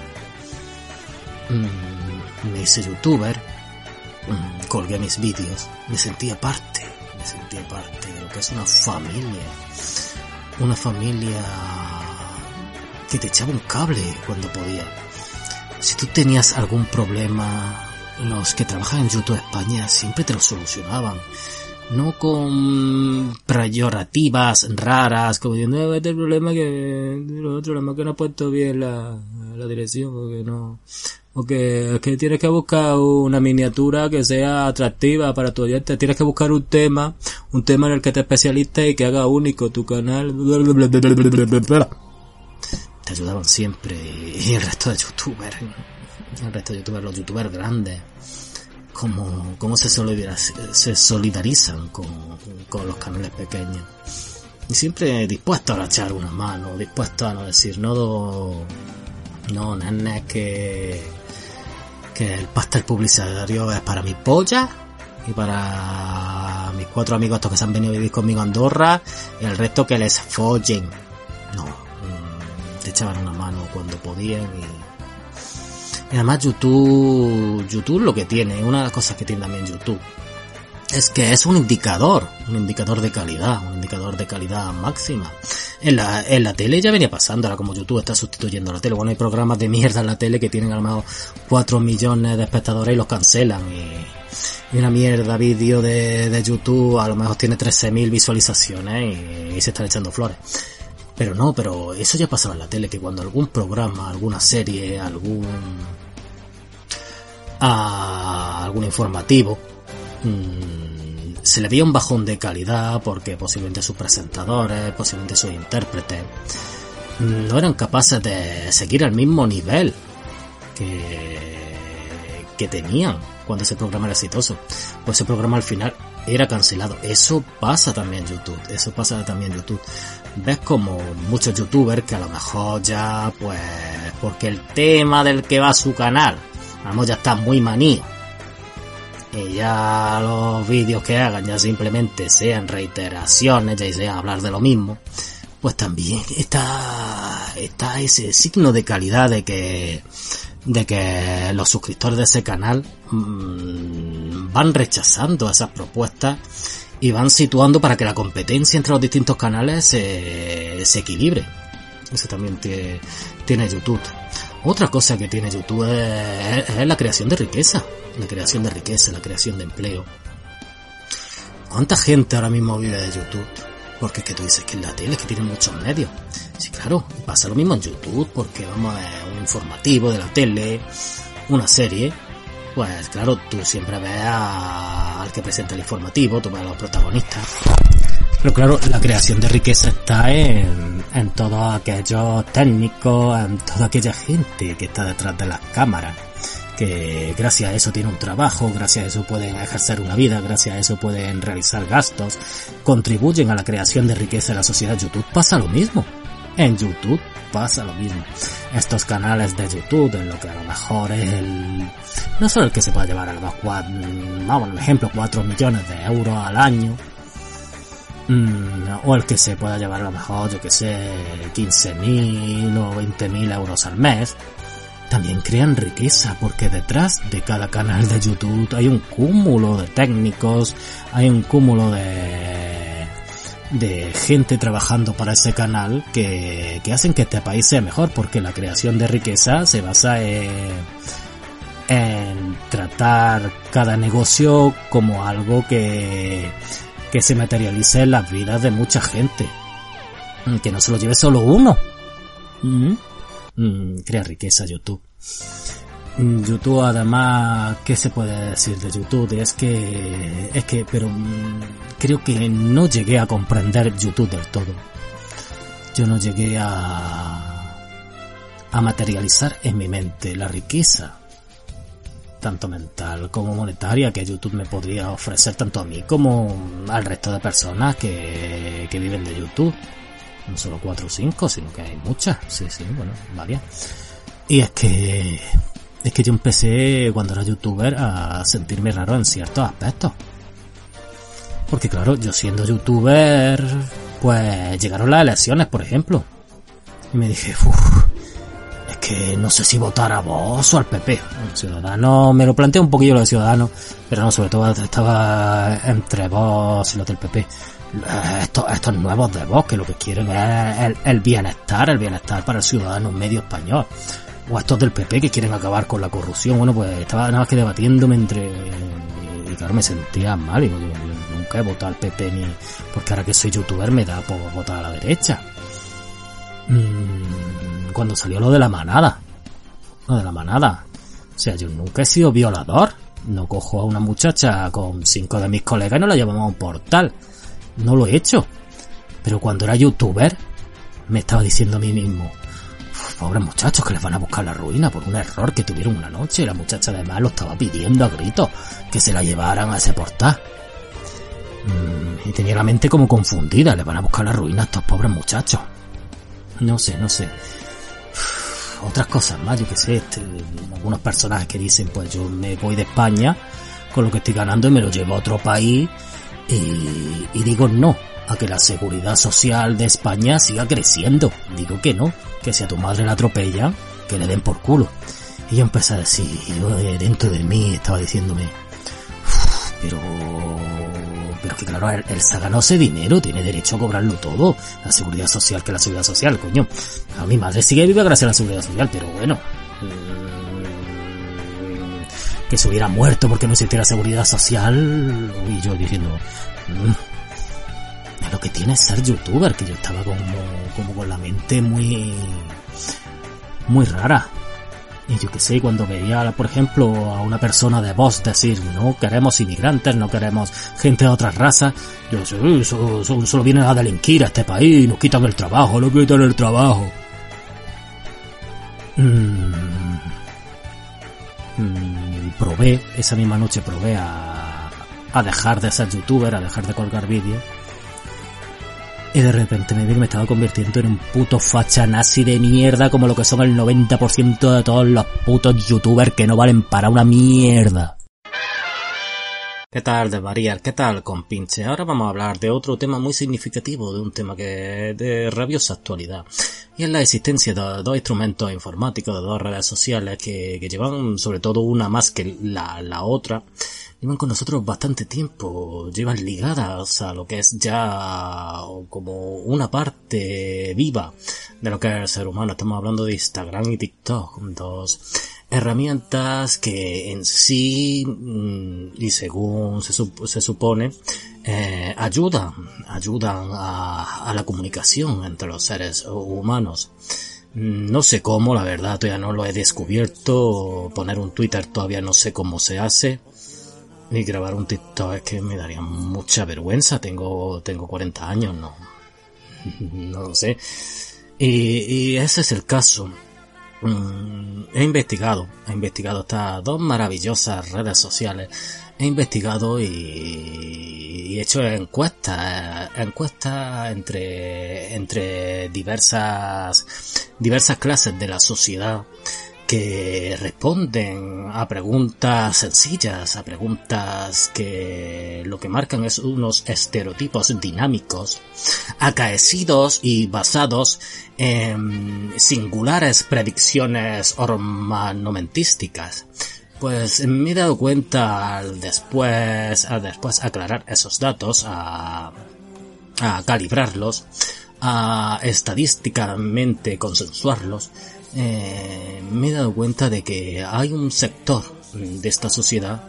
Mm, me hice youtuber, mm, colgué mis vídeos, me sentía parte, me sentía parte de lo que es una familia, una familia que te echaba un cable cuando podía. Si tú tenías algún problema, los que trabajan en YouTube España siempre te lo solucionaban. No con peyorativas raras, como diciendo, no, este problema que, lo otro, lo que no ha puesto bien la, la dirección, porque no, o que, que tienes que buscar una miniatura que sea atractiva para tu oyente, tienes que buscar un tema, un tema en el que te especialistes y que haga único tu canal, bla, bla, bla, bla, bla, bla, bla. Te ayudaban siempre, y el resto de youtubers, el resto de youtubers, los youtubers grandes, cómo, cómo se, solidariz- se solidarizan con, con los canales pequeños. Y siempre dispuestos a echar una mano, dispuestos a no decir, no, do, no, nene, es que, que el pastel publicitario es para mi polla y para mis cuatro amigos estos que se han venido a vivir conmigo a Andorra y el resto que les follen. No, te echaban una mano cuando podían y... Y además YouTube, YouTube lo que tiene, una de las cosas que tiene también YouTube, es que es un indicador, un indicador de calidad, un indicador de calidad máxima. En la, en la tele ya venía pasando, ahora como YouTube está sustituyendo a la tele. Bueno, hay programas de mierda en la tele que tienen a lo mejor cuatro millones de espectadores y los cancelan. Y, y una mierda vídeo de, de YouTube a lo mejor tiene trece mil visualizaciones y, y se están echando flores. Pero no, pero eso ya pasaba en la tele, que cuando algún programa, alguna serie, algún... a algún informativo, mmm, se le veía un bajón de calidad porque posiblemente sus presentadores, posiblemente sus intérpretes no eran capaces de seguir al mismo nivel que, que tenían cuando ese programa era exitoso. Pues ese programa al final era cancelado. Eso pasa también en YouTube, eso pasa también en YouTube. Ves como muchos youtubers que a lo mejor ya, pues, porque el tema del que va a su canal, vamos, ya está muy manío, y ya los vídeos que hagan ya simplemente sean reiteraciones, ya sea hablar de lo mismo, pues también está, está ese signo de calidad de que, de que los suscriptores de ese canal mmm, van rechazando esas propuestas y van situando para que la competencia entre los distintos canales se, se equilibre. Eso también tiene, tiene YouTube. Otra cosa que tiene YouTube es, es la creación de riqueza. La creación de riqueza, la creación de empleo. ¿Cuánta gente ahora mismo vive de YouTube? Porque es que tú dices que en la tele es que tiene muchos medios. Sí, claro, pasa lo mismo en YouTube, porque vamos a ver un informativo de la tele, una serie. Pues claro, tú siempre ves a, al que presenta el informativo, tú ves a los protagonistas. Pero claro, la creación de riqueza está en, en todos aquellos técnicos, en toda aquella gente que está detrás de las cámaras, que gracias a eso tiene un trabajo, gracias a eso pueden ejercer una vida, gracias a eso pueden realizar gastos, contribuyen a la creación de riqueza en la sociedad. YouTube pasa lo mismo. En YouTube pasa lo mismo. Estos canales de YouTube, en lo que a lo mejor es el... no solo el que se puede llevar a lo mejor, vamos, por ejemplo, cuatro millones de euros al año, o el que se pueda llevar a lo mejor, yo que sé, quince mil o veinte mil euros al mes, también crean riqueza, porque detrás de cada canal de YouTube hay un cúmulo de técnicos, hay un cúmulo de de gente trabajando para ese canal que, que hacen que este país sea mejor, porque la creación de riqueza se basa en, en tratar cada negocio como algo que que se materialice en las vidas de mucha gente, que no se lo lleve solo uno. ¿Mm? Mm, crea riqueza YouTube. YouTube, además, ¿qué se puede decir de YouTube? Es que, es que, pero mmm, creo que no llegué a comprender YouTube del todo. Yo no llegué a, a materializar en mi mente la riqueza, tanto mental como monetaria, que YouTube me podría ofrecer tanto a mí como al resto de personas que, que viven de YouTube. No solo cuatro o cinco, sino que hay muchas. Sí, sí, bueno, varias. Y es que, es que yo empecé cuando era youtuber a sentirme raro en ciertos aspectos. Porque claro, yo siendo youtuber, pues llegaron las elecciones, por ejemplo. Y me dije, uff, es que no sé si votar a Vox o al P P. Ciudadanos, me lo planteé un poquillo lo de Ciudadanos, pero no, sobre todo estaba entre Vox y los del P P. Estos, estos nuevos de Vox, que lo que quieren es el, el bienestar, el bienestar para el ciudadano medio español. O estos del P P que quieren acabar con la corrupción. Bueno, pues estaba nada más que debatiéndome entre... Y claro, me sentía mal. Y yo, yo nunca he votado al P P ni... Porque ahora que soy youtuber me da por votar a la derecha. Mm, cuando salió lo de la manada. Lo de la manada. O sea, yo nunca he sido violador. No cojo a una muchacha con cinco de mis colegas y no la llevamos a un portal. No lo he hecho. Pero cuando era youtuber me estaba diciendo a mí mismo, pobres muchachos que les van a buscar la ruina por un error que tuvieron una noche. Y la muchacha además lo estaba pidiendo a gritos que se la llevaran a ese portal. Mm, y tenía la mente como confundida. Les van a buscar la ruina a estos pobres muchachos. No sé, no sé. Uf, otras cosas más, yo que sé. Este, algunos personajes que dicen, pues yo me voy de España con lo que estoy ganando y me lo llevo a otro país. Y, y digo no a que la seguridad social de España siga creciendo. Digo que no, que si a tu madre la atropellan, que le den por culo. Y yo empecé a decir, yo dentro de mí estaba diciéndome, pero pero que claro, él, él se ha ganado ese dinero, tiene derecho a cobrarlo todo. La seguridad social, que la seguridad social, coño. A mi madre sigue viva gracias a la seguridad social, pero bueno, que se hubiera muerto porque no existiera seguridad social. Y yo diciendo, mmm, lo que tiene es ser youtuber, que yo estaba como, como con la mente muy, muy rara. Y yo que sé, cuando veía, por ejemplo, a una persona de Vox decir, no queremos inmigrantes, no queremos gente de otras razas, yo sé, solo, solo, solo vienen a delinquir a este país, nos quitan el trabajo, nos quitan el trabajo. Mm, mm, probé, esa misma noche probé a, a dejar de ser youtuber, a dejar de colgar vídeos. Y de repente me vi que me estaba convirtiendo en un puto facha nazi de mierda, como lo que son el noventa por ciento de todos los putos youtubers que no valen para una mierda. ¿Qué tal, Desvariar? ¿Qué tal, compinche? Ahora vamos a hablar de otro tema muy significativo, de un tema que es de rabiosa actualidad. Y es la existencia de dos instrumentos informáticos, de dos redes sociales que, que llevan, sobre todo una más que la, la otra, llevan con nosotros bastante tiempo, llevan ligadas a lo que es ya como una parte viva de lo que es el ser humano. Estamos hablando de Instagram y TikTok, dos herramientas que en sí, y según se, sup- se supone, eh, ayudan, ayudan a, a la comunicación entre los seres humanos. No sé cómo, la verdad, todavía no lo he descubierto. Poner un Twitter todavía no sé cómo se hace. Y grabar un TikTok es que me daría mucha vergüenza. Tengo, tengo cuarenta años, no, no lo sé. Y, y ese es el caso. Mm, he investigado, he investigado estas dos maravillosas redes sociales. He investigado y, y he hecho encuestas, encuestas entre, entre diversas, diversas clases de la sociedad, que responden a preguntas sencillas, a preguntas que lo que marcan es unos estereotipos dinámicos, acaecidos y basados en singulares predicciones ormanomentísticas. Pues me he dado cuenta al después, al después aclarar esos datos, a, a calibrarlos, a estadísticamente consensuarlos. Eh, me he dado cuenta de que hay un sector de esta sociedad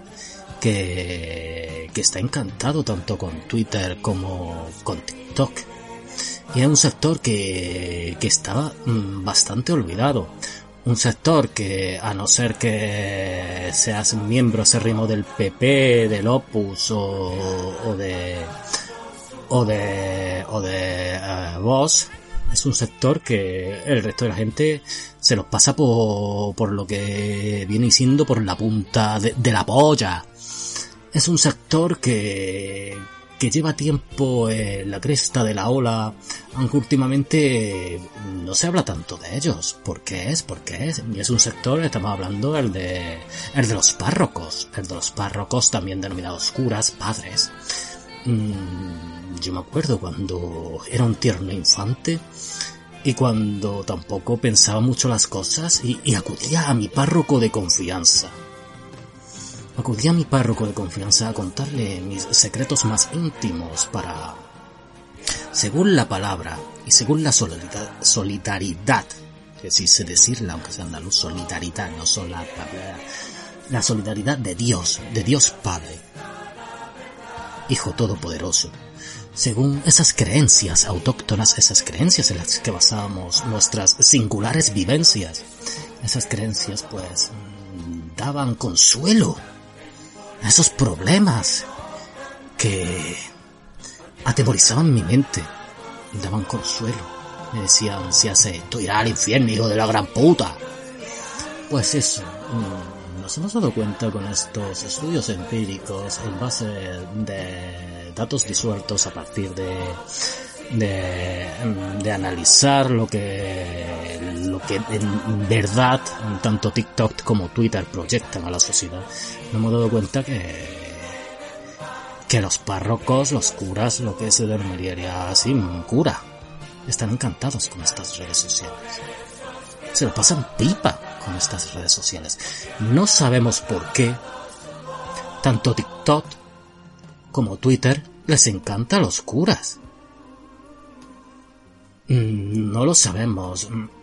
que, que está encantado tanto con Twitter como con TikTok. Y es un sector que, que está bastante olvidado. Un sector que, a no ser que seas miembro acérrimo del P P, del Opus o, o de o de o de uh, Vox, es un sector que el resto de la gente se los pasa por, por lo que viene siendo por la punta de, de la polla. Es un sector que, que lleva tiempo en la cresta de la ola, aunque últimamente no se habla tanto de ellos. ¿Por qué es? ¿Por qué es? Y es un sector, estamos hablando, el de, el de los párrocos, el de los párrocos también denominados curas, padres. Yo me acuerdo cuando era un tierno infante y cuando tampoco pensaba mucho las cosas y, y acudía a mi párroco de confianza. Acudía a mi párroco de confianza a contarle mis secretos más íntimos para, según la palabra y según la solidaridad, solidaridad que sí sé decirla aunque sea andaluz, solidaridad, no solo la, la solidaridad de Dios, de Dios Padre, Hijo Todopoderoso. Según esas creencias autóctonas, esas creencias en las que basábamos nuestras singulares vivencias, esas creencias pues daban consuelo a esos problemas que atemorizaban mi mente, daban consuelo. Me decían, si hace esto irá al infierno, hijo de la gran puta. Pues eso, nos hemos dado cuenta con estos estudios empíricos en base de datos disueltos a partir de de, de analizar lo que lo que en verdad tanto TikTok como Twitter proyectan a la sociedad. Nos hemos dado cuenta que que los párrocos, los curas, lo que se denominaría así, un cura, están encantados con estas redes sociales. Se lo pasan pipa con estas redes sociales. No sabemos por qué tanto TikTok como Twitter les encanta a los curas. No lo sabemos.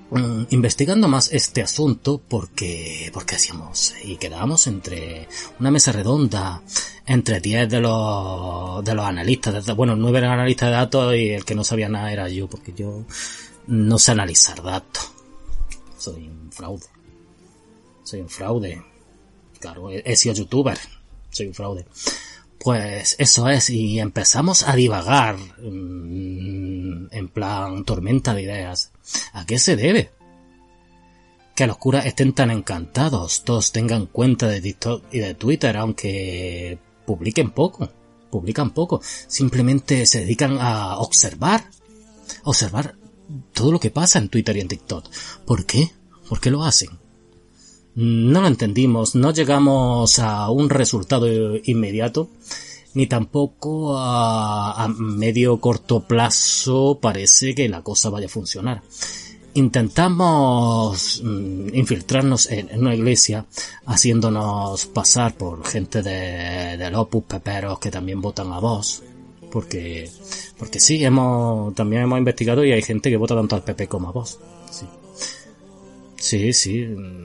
um, investigando más este asunto porque, porque hacíamos, y quedábamos entre una mesa redonda, entre diez de los, de los analistas, de, bueno, nueve analistas de datos y el que no sabía nada era yo, porque yo no sé analizar datos. Soy un fraude. Soy un fraude. Claro, he, he sido youtuber. Soy un fraude. Pues eso es, y empezamos a divagar mmm, en plan tormenta de ideas. ¿A qué se debe? Que los curas estén tan encantados, todos tengan cuenta de TikTok y de Twitter, aunque publiquen poco, publican poco, simplemente se dedican a observar, observar todo lo que pasa en Twitter y en TikTok. ¿Por qué? ¿Por qué lo hacen? No lo entendimos, no llegamos a un resultado inmediato, ni tampoco a, a medio corto plazo parece que la cosa vaya a funcionar. Intentamos mm, infiltrarnos en, en una iglesia, haciéndonos pasar por gente de, de Opus Peperos que también votan a Vox, porque, porque sí, hemos, también hemos investigado y hay gente que vota tanto al P P como a Vox, sí. Sí, sí.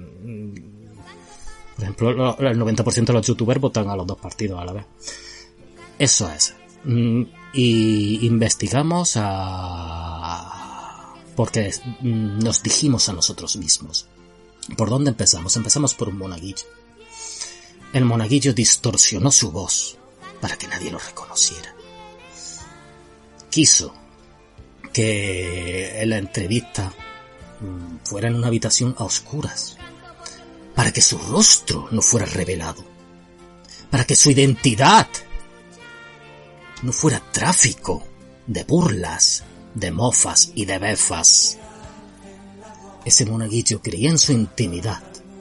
Por ejemplo, el noventa por ciento de los youtubers votan a los dos partidos a la vez. Eso es. Y investigamos a... porque nos dijimos a nosotros mismos. ¿Por dónde empezamos? Empezamos por un monaguillo. El monaguillo distorsionó su voz para que nadie lo reconociera. Quiso que en la entrevista fuera en una habitación a oscuras, para que su rostro no fuera revelado, para que su identidad no fuera tráfico de burlas, de mofas y de befas. Ese monaguillo creía en su intimidad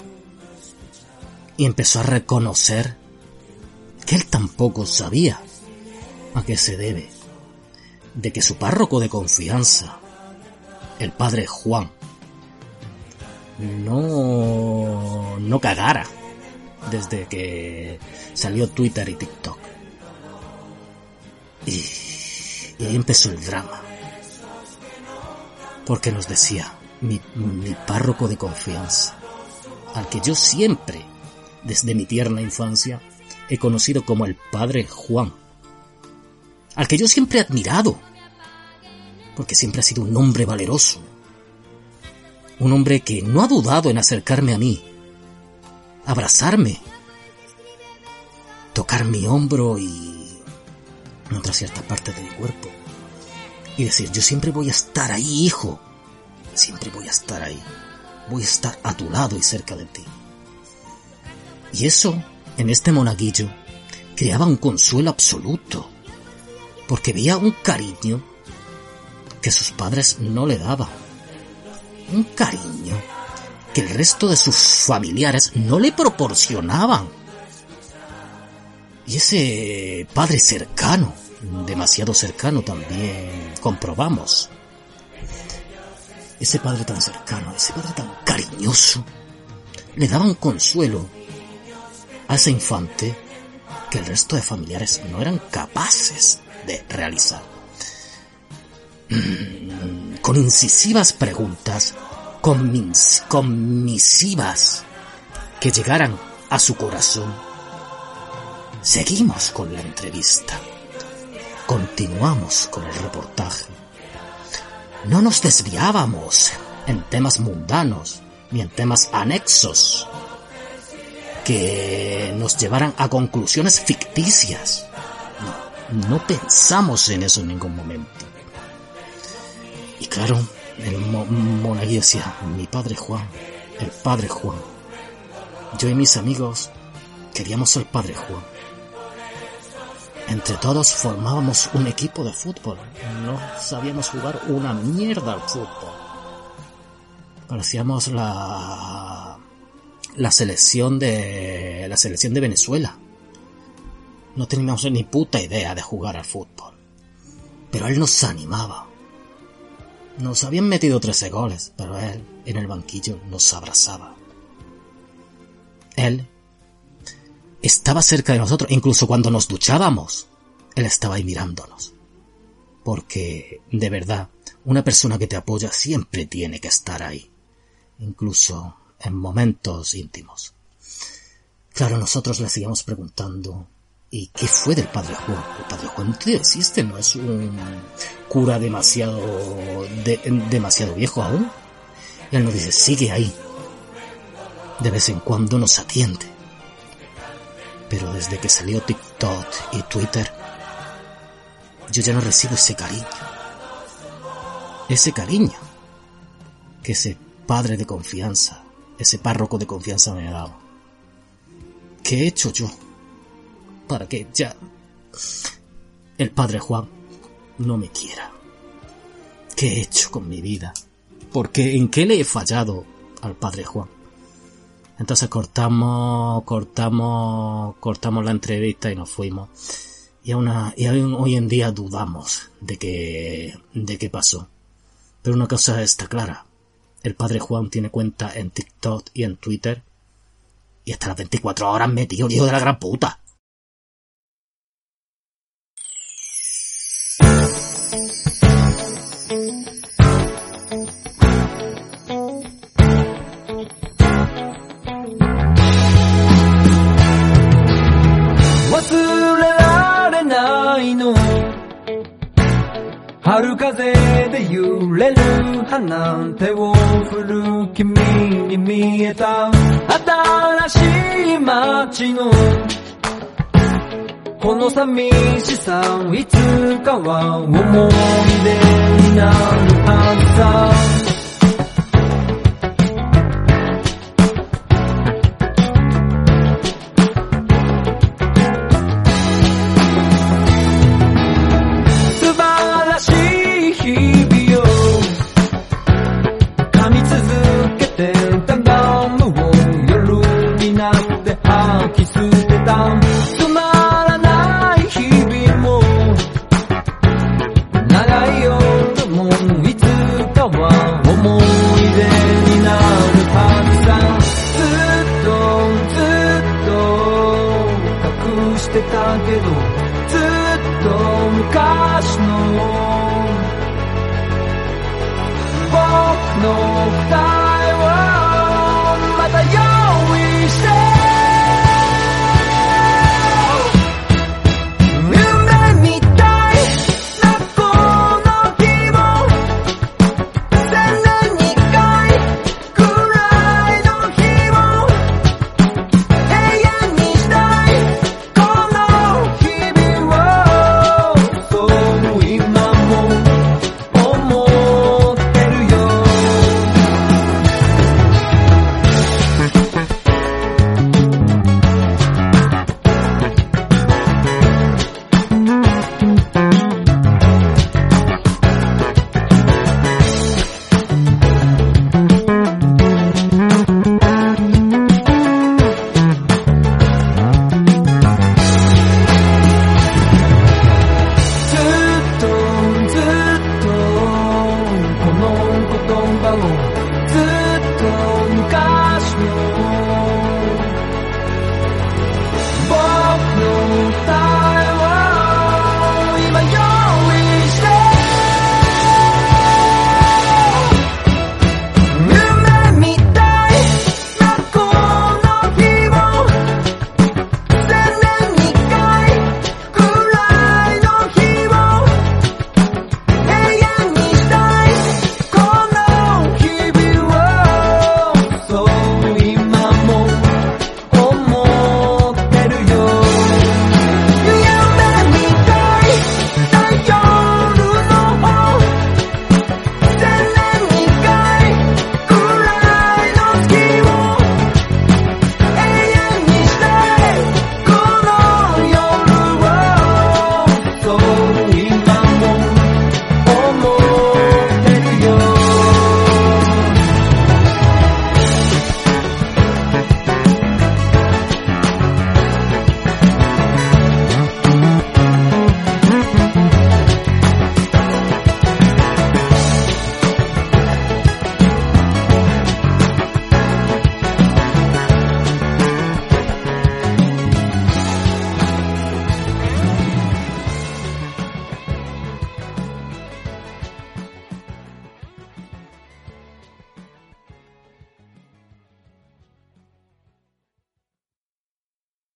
y empezó a reconocer que él tampoco sabía a qué se debe de que su párroco de confianza, el padre Juan, no, no cagara desde que salió Twitter y TikTok. Y, y ahí empezó el drama. Porque nos decía, mi, mi párroco de confianza, al que yo siempre, desde mi tierna infancia, he conocido como el padre Juan, al que yo siempre he admirado, porque siempre ha sido un hombre valeroso, un hombre que no ha dudado en acercarme a mí, abrazarme, tocar mi hombro y otras ciertas partes de mi cuerpo, y decir, yo siempre voy a estar ahí, hijo, siempre voy a estar ahí, voy a estar a tu lado y cerca de ti. Y eso, en este monaguillo, creaba un consuelo absoluto, porque veía un cariño que sus padres no le daban. Un cariño que el resto de sus familiares no le proporcionaban. Y ese padre cercano, demasiado cercano también, comprobamos. Ese padre tan cercano, ese padre tan cariñoso, le daba un consuelo a ese infante que el resto de familiares no eran capaces de realizar. Con incisivas preguntas, con, mis, con misivas que llegaran a su corazón. Seguimos con la entrevista. Continuamos con el reportaje. No nos desviábamos en temas mundanos ni en temas anexos que nos llevaran a conclusiones ficticias. No, no pensamos en eso en ningún momento. Y claro, el mo- monaguillo decía, mi padre Juan, el padre Juan. Yo y mis amigos queríamos al padre Juan. Entre todos formábamos un equipo de fútbol. No sabíamos jugar una mierda al fútbol. Parecíamos la la selección de la selección de Venezuela. No teníamos ni puta idea de jugar al fútbol. Pero él nos animaba. Nos habían metido trece goles, pero él en el banquillo nos abrazaba. Él estaba cerca de nosotros, incluso cuando nos duchábamos, él estaba ahí mirándonos. Porque, de verdad, una persona que te apoya siempre tiene que estar ahí. incluso en momentos íntimos. Claro, nosotros le seguíamos preguntando, ¿y qué fue del padre Juan? El padre Juan no existe, no es un cura demasiado de, demasiado viejo aún. Y él nos dice, sigue ahí. De vez en cuando nos atiende. Pero desde que salió TikTok y Twitter, yo ya no recibo ese cariño. Ese cariño que ese padre de confianza, ese párroco de confianza me ha dado. ¿Qué he hecho yo para que ya el padre Juan no me quiera? ¿Qué he hecho con mi vida? ¿Por qué? ¿En qué le he fallado al padre Juan? Entonces cortamos, cortamos, cortamos la entrevista y nos fuimos. Y, a una, y aún hoy en día dudamos de que, de qué pasó. Pero una cosa está clara. El padre Juan tiene cuenta en TikTok y en Twitter. Y hasta las veinticuatro horas metido, hijo de la gran puta. Haru kaze de yureru hana, te wo furu kimi ni mieta, atarashii machi no kono samishiisa, itsuka wa omoide ni naru hazu sa.